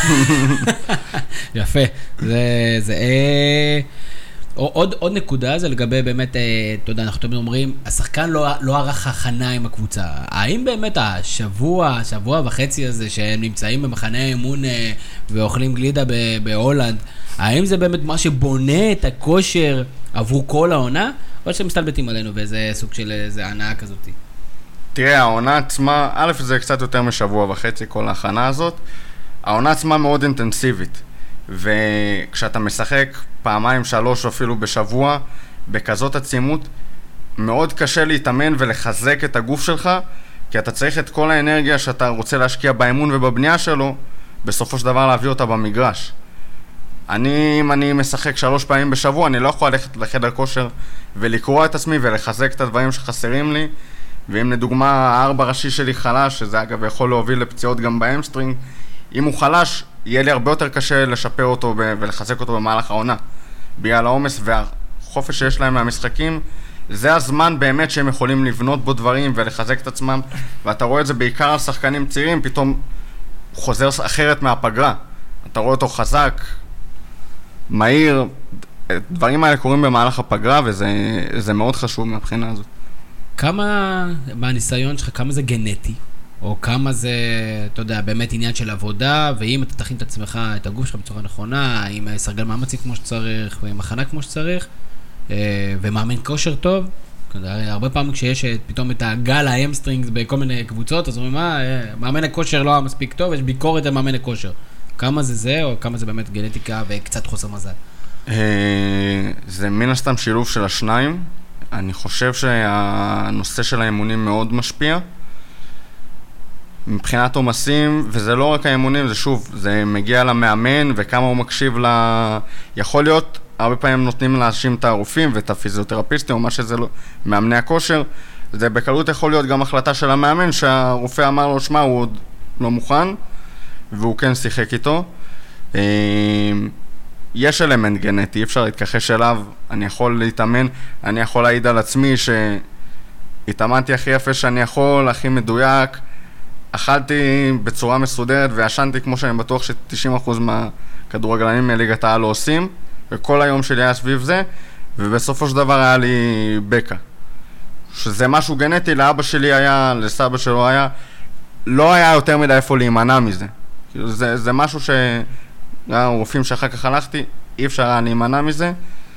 יפה. זה... עוד, עוד נקודה זה לגבי באמת, אתה יודע, אנחנו תמיד אומרים, השחקן לא, לא ערך הכנה עם הקבוצה. האם באמת השבוע, שבוע וחצי הזה שהם נמצאים במחנה האימון ואוכלים גלידה בהולנד, האם זה באמת מה שבונה את הכושר עבור כל העונה? או שהם מסתלבטים עלינו באיזה סוג של איזה הנאה כזאת? תראה, העונה עצמה, א' זה קצת יותר משבוע וחצי כל ההכנה הזאת, העונה עצמה מאוד אינטנסיבית. וכשאתה משחק פעמיים, שלוש או אפילו בשבוע, בכזאת עצימות, מאוד קשה להתאמן ולחזק את הגוף שלך, כי אתה צריך את כל האנרגיה שאתה רוצה להשקיע באימון ובבנייה שלו, בסופו של דבר להביא אותה במגרש. אני, אם אני משחק שלוש פעמים בשבוע, אני לא יכול ללכת לחדר כושר ולקרוא את עצמי ולחזק את הדברים שחסרים לי, ואם לדוגמה הארבע ראשי שלי חלש, שזה אגב יכול להוביל לפציעות גם באמסטרינג, אם הוא חלש, יהיה לי הרבה יותר קשה לשפר אותו ולחזק אותו במהלך העונה. בגלל העומס והחופש שיש להם מהמשחקים, זה הזמן באמת שהם יכולים לבנות בו דברים ולחזק את עצמם, ואתה רואה את זה בעיקר על שחקנים צעירים, פתאום הוא חוזר אחרת מהפגרה. אתה רואה אותו חזק, מהיר, דברים האלה קורים במהלך הפגרה, וזה מאוד חשוב מהבחינה הזאת. כמה, מהניסיון שלך, כמה זה גנטי? או כמה זה, אתה יודע, באמת עניין של עבודה, ואם אתה תכין את עצמך, את הגוף שלך בצורה נכונה, עם סרגל מאמצים כמו שצריך, ועם הכנה כמו שצריך, ומאמן כושר טוב, הרבה פעמים כשיש פתאום את הגל האמסטרינג בכל מיני קבוצות, אז אומרים, מה, מאמן הכושר לא מספיק טוב, יש ביקורת על מאמן הכושר. כמה זה זה, או כמה זה באמת גנטיקה וקצת חוסר מזל? זה מן הסתם שילוב של השניים. אני חושב שהנושא של האימונים מאוד משפיע. מבחינת עומסים, וזה לא רק האימונים, זה שוב, זה מגיע למאמן וכמה הוא מקשיב ל... יכול להיות, הרבה פעמים נותנים לאנשים את הרופאים ואת הפיזיותרפיסטים או מה שזה לא, מאמני הכושר, זה בקלות יכול להיות גם החלטה של המאמן שהרופא אמר לו, שמה, הוא עוד לא מוכן, והוא כן שיחק איתו. יש אלמנט גנטי, אי אפשר להתכחש אליו, אני יכול להתאמן, אני יכול להעיד על עצמי שהתאמנתי הכי יפה שאני יכול, הכי מדויק, אכלתי בצורה מסודרת וישנתי כמו שאני בטוח ש-תשעים אחוז מהכדורגלנים מליגת העל לא עושים, וכל היום שלי היה סביב זה, ובסופו של דבר היה לי בקע. שזה משהו גנטי, לאבא שלי היה, לסבא שלו היה, לא היה יותר מדי איפה להימנע מזה. זה, זה משהו ש... הרופאים שאחר כך הלכתי, אי אפשר היה להימנע מזה.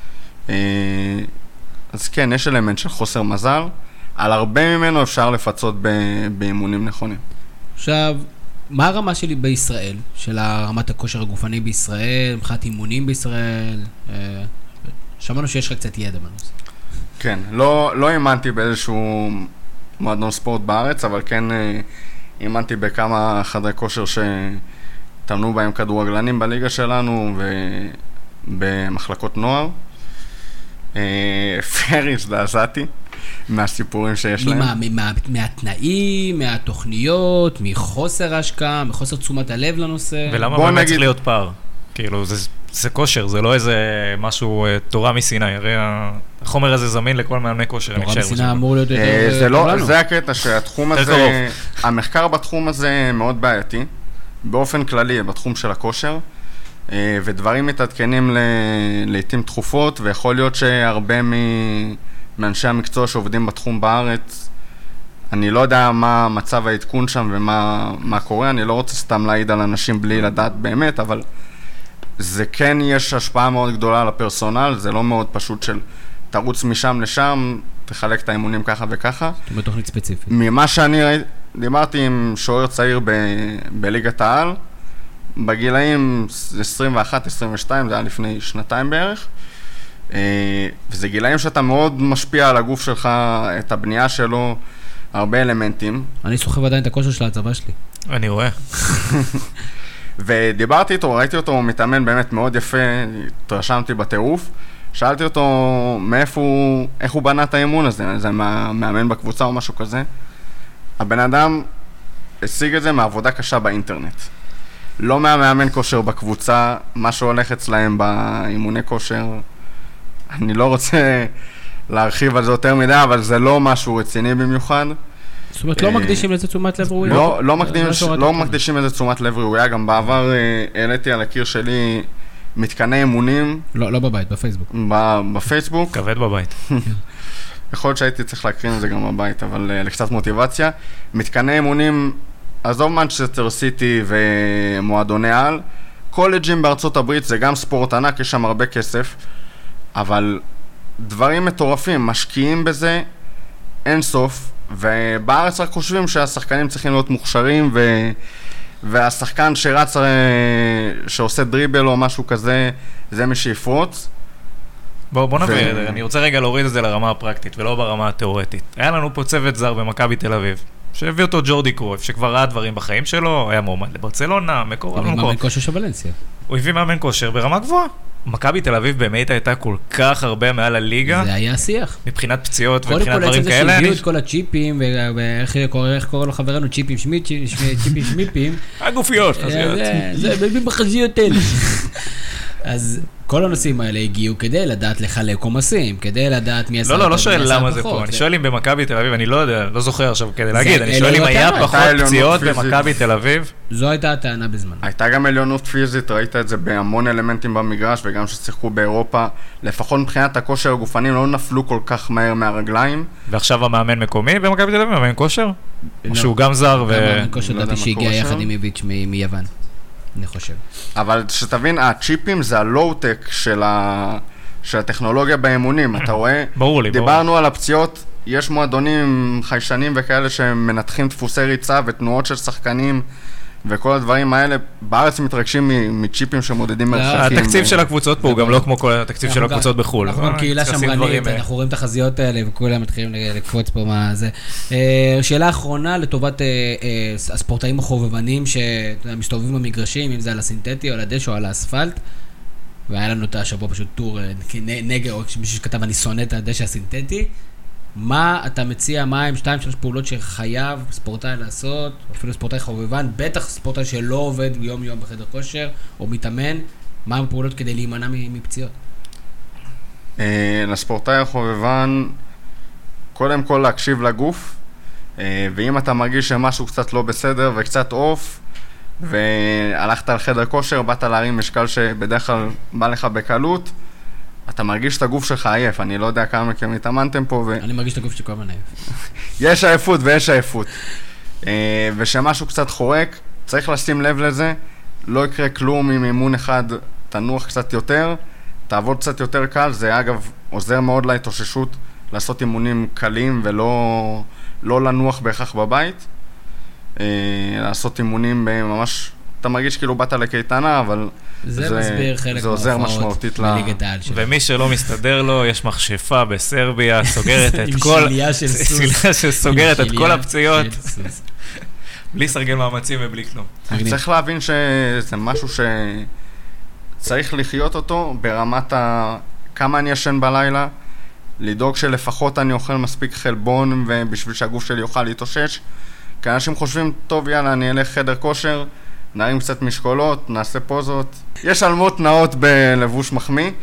אז כן, יש אלמנט של חוסר מזל. על הרבה ממנו אפשר לפצות באימונים נכונים. עכשיו, מה הרמה שלי בישראל? של הרמת הכושר הגופני בישראל, מבחינת אימונים בישראל? שמענו שיש לך קצת ידע בנושא. כן, לא, לא אימנתי באיזשהו מועדון ספורט בארץ, אבל כן אימנתי בכמה חדרי כושר שתמנו בהם כדורגלנים בליגה שלנו ובמחלקות נוער. פרי הזדעזעתי מהסיפורים שיש להם. מה, מה, מהתנאים, מהתוכניות, מחוסר ההשקעה, מחוסר תשומת הלב לנושא? ולמה באמת נגיד... צריך להיות פער? כאילו, זה, זה כושר, זה לא איזה משהו תורה מסיני, הרי החומר הזה זמין לכל מאמני כושר. תורה מסיני אמור להיות יותר... זה לא, זה הקטע שהתחום הזה, המחקר בתחום הזה מאוד בעייתי, באופן כללי, בתחום של הכושר, ודברים מתעדכנים לעתים תכופות, ויכול להיות שהרבה מ... מאנשי המקצוע שעובדים בתחום בארץ, אני לא יודע מה מצב העדכון שם ומה מה קורה, אני לא רוצה סתם להעיד על אנשים בלי לדעת באמת, אבל זה כן יש השפעה מאוד גדולה על הפרסונל, זה לא מאוד פשוט של תרוץ משם לשם, תחלק את האימונים ככה וככה. בתוכנית ספציפית. ממה שאני ראיתי, דיברתי עם שוער צעיר ב, בליגת העל, בגילאים עשרים ואחת עשרים ושתיים, זה היה לפני שנתיים בערך, וזה גילאים שאתה מאוד משפיע על הגוף שלך, את הבנייה שלו, הרבה אלמנטים. אני סוחב עדיין את הכושר של הצבא שלי. אני רואה. ודיברתי איתו, ראיתי אותו, הוא מתאמן באמת מאוד יפה, התרשמתי בטירוף. שאלתי אותו מאיפה הוא, איך הוא בנה את האימון הזה, זה מאמן בקבוצה או משהו כזה. הבן אדם השיג את זה מעבודה קשה באינטרנט. לא מהמאמן כושר בקבוצה, מה שהולך אצלהם באימוני כושר, אני לא רוצה להרחיב על זה יותר מדי, אבל זה לא משהו רציני במיוחד. זאת אומרת, לא מקדישים לזה תשומת לב ראויה? לא מקדישים לזה תשומת לב ראויה, גם בעבר העליתי על הקיר שלי מתקני אימונים. לא בבית, בפייסבוק. בפייסבוק. כבד בבית. יכול להיות שהייתי צריך להקרין את זה גם בבית, אבל לקצת מוטיבציה. מתקני אימונים, עזוב מנצ'סטר סיטי ומועדוני על, קולג'ים בארצות הברית זה גם ספורט ענק, יש שם הרבה כסף, אבל דברים מטורפים, משקיעים בזה אין סוף, ובארץ רק חושבים שהשחקנים צריכים להיות מוכשרים, ו... והשחקן שרץ, שעושה דריבל או משהו כזה, זה מי שיפרוץ. בוא, בוא נביא, ו... אני רוצה רגע להוריד את זה לרמה הפרקטית, ולא ברמה התיאורטית. היה לנו פה צוות זר במכבי תל אביב, שהביא אותו ג'ורדי קרויף, שכבר ראה דברים בחיים שלו, היה מועמד לברצלונה, מקור... הוא מאמן כושר של ולנסיה. הוא הביא מאמן כושר ברמה גבוהה. מכבי תל אביב באמת הייתה כל כך הרבה מעל הליגה. זה היה שיח. מבחינת פציעות ומבחינת דברים כאלה. קודם כל, שהביאו את כל הצ'יפים, ואיך קורא לו חברנו צ'יפים שמיפים, צ'יפים שמיפים. הגופיות, חזיות. זה, בלבים בחזיות אלה. אז כל הנושאים האלה הגיעו כדי לדעת לחלק עומסים, כדי לדעת מי עשה... לא, לא, לא שואל למה זה פה. אני שואל אם במכבי תל אביב, אני לא יודע, לא זוכר עכשיו כדי להגיד, אני שואל אם היה פחות פציעות במכבי תל אביב. זו הייתה הטענה בזמן. הייתה גם עליונות פיזית, ראית את זה בהמון אלמנטים במגרש, וגם ששיחקו באירופה, לפחות מבחינת הכושר הגופנים, לא נפלו כל כך מהר מהרגליים. ועכשיו המאמן מקומי במכבי תל אביב, מאמן כושר? או שהוא גם זר ו... מאמן כושר דעתי שהגיע יחד עם איביץ' מיוון. אני חושב. אבל שתבין, הצ'יפים זה הלואו-טק של, ה... של הטכנולוגיה באימונים, אתה רואה? ברור לי, דיברנו ברור. על הפציעות, יש מועדונים חיישנים וכאלה שמנתחים דפוסי ריצה ותנועות של שחקנים וכל הדברים האלה, בארץ מתרגשים מצ'יפים שמודדים מרחקים. התקציב של הקבוצות פה הוא גם לא כמו כל התקציב של הקבוצות בחו"ל. אנחנו גם קהילה שמרנית, אנחנו רואים את החזיות האלה וכולם מתחילים לקפוץ פה מה זה. שאלה אחרונה לטובת הספורטאים החובבנים שמסתובבים במגרשים, אם זה על הסינתטי או על הדשא או על האספלט, והיה לנו את השבוע פשוט טור נגד, או מישהו שכתב אני שונא את הדשא הסינתטי, מה אתה מציע, מה הם שתיים שלוש פעולות שחייב ספורטאי לעשות, אפילו ספורטאי חובבן, בטח ספורטאי שלא עובד יום יום בחדר כושר או מתאמן, מה הפעולות כדי להימנע מפציעות? לספורטאי החובבן, קודם כל להקשיב לגוף, ואם אתה מרגיש שמשהו קצת לא בסדר וקצת אוף, והלכת על חדר כושר, באת להרים משקל שבדרך כלל בא לך בקלות, אתה מרגיש את הגוף שלך עייף, אני לא יודע כמה מכם התאמנתם פה ו... אני מרגיש את הגוף שכל הזמן עייף. יש עייפות ויש עייפות. ושמשהו קצת חורק, צריך לשים לב לזה, לא יקרה כלום אם אימון אחד תנוח קצת יותר, תעבוד קצת יותר קל, זה אגב עוזר מאוד להתאוששות לעשות אימונים קלים ולא לא לנוח בהכרח בבית, לעשות אימונים ממש, אתה מרגיש כאילו באת לקייטנה, אבל זה, זה מסביר חלק זה עוזר משמעותית בליגת העל שלו. ומי שלא מסתדר לו, יש מכשפה בסרביה, סוגרת את כל... עם שליה של סוס. שליה שסוגרת את כל הפציעות. בלי סרגל מאמצים ובלי כלום. צריך להבין שזה משהו שצריך לחיות אותו ברמת ה... כמה אני ישן בלילה, לדאוג שלפחות אני אוכל מספיק חלבון ובשביל שהגוף שלי יוכל להתאושש. כי אנשים חושבים, טוב יאללה, אני אלך חדר כושר, נרים קצת משקולות, נעשה פוזות. יש אלמות נאות בלבוש מחמיא.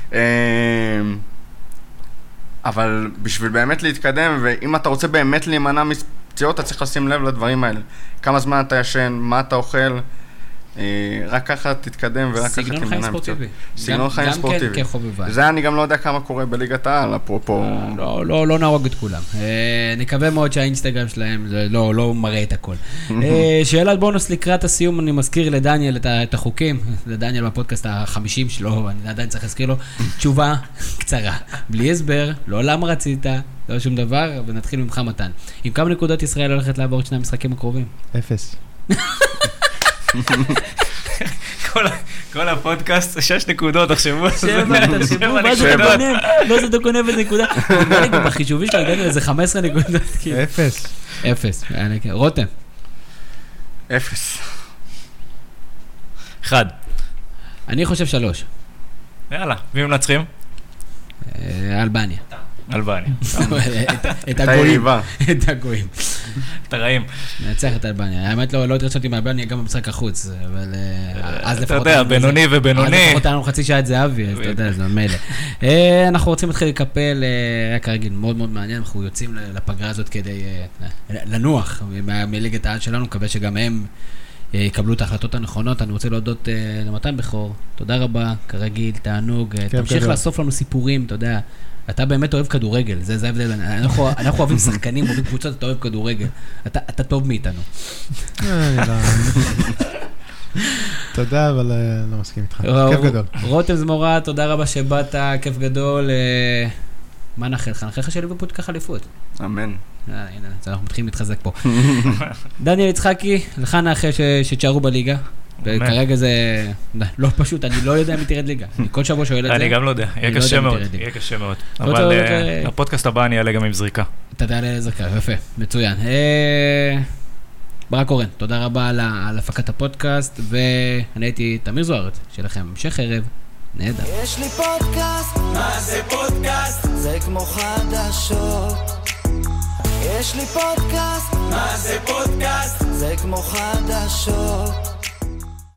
אבל בשביל באמת להתקדם, ואם אתה רוצה באמת להימנע מפציעות, אתה צריך לשים לב לדברים האלה. כמה זמן אתה ישן, מה אתה אוכל, רק ככה תתקדם ורק ככה תימנע מפציעות. סגנון חיים ספורטיבי. גם כן כחובבן. זה אני גם לא יודע כמה קורה בליגת העל, אפרופו... לא, לא נהרוג את כולם. נקווה מאוד שהאינסטגרם שלהם לא מראה את הכל. שאלת בונוס לקראת הסיום, אני מזכיר לדניאל את החוקים, לדניאל בפודקאסט החמישים שלו, אני עדיין צריך להזכיר לו, תשובה קצרה, בלי הסבר, לא למה רצית, לא שום דבר, ונתחיל ממך מתן. עם כמה נקודות ישראל הולכת לעבור את שני המשחקים הקרובים? אפס. כל הפודקאסט, שש נקודות, תחשבו. שבע, תחשבו, מה זה אתה קונה? מה זה אתה קונה בנקודה? בחישובי שלו הגענו איזה חמש עשרה נקודות. אפס. אפס. רותם. אפס. אחד. אני חושב שלוש. יאללה, מי מנצחים? אלבניה. אלבניה. את הגויים. את הגויים. את הרעים. נצח את אלבניה. האמת לא התרשמתי מאלבניה גם במשחק החוץ, אבל אז לפחות... אתה יודע, בינוני ובינוני. אז לפחות היה לנו חצי שעה את זהבי, אז אתה יודע, זה מלא. אנחנו רוצים להתחיל לקפל, היה כרגיל מאוד מאוד מעניין, אנחנו יוצאים לפגרה הזאת כדי לנוח מליגת העל שלנו, מקווה שגם הם יקבלו את ההחלטות הנכונות. אני רוצה להודות למתן בכור, תודה רבה, כרגיל, תענוג, תמשיך לאסוף לנו סיפורים, אתה יודע, אתה באמת אוהב כדורגל, זה ההבדל, אנחנו אוהבים שחקנים, אוהבים קבוצות, אתה אוהב כדורגל, אתה טוב מאיתנו. תודה, אבל לא מסכים איתך, כיף גדול. רותם זמורה, תודה רבה שבאת, כיף גדול, מה נאחל לך? נאחל לך שליברפול תיקח אליפות. אמן. הנה, אנחנו מתחילים להתחזק פה. דניאל יצחקי, לך נאחל שתשארו בליגה. וכרגע זה לא פשוט, אני לא יודע מי תרד ליגה. אני כל שבוע שואל את זה. אני גם לא יודע, יהיה קשה מאוד, יהיה קשה מאוד. אבל לפודקאסט הבא אני אעלה גם עם זריקה. אתה תעלה לזריקה, יפה, מצוין. ברק אורן, תודה רבה על הפקת הפודקאסט, ואני הייתי תמיר זוארץ, שיהיה לכם המשך ערב, נהדר. יש לי פודקאסט, מה זה פודקאסט? זה כמו חדשות. יש לי פודקאסט, מה זה פודקאסט? זה כמו חדשות.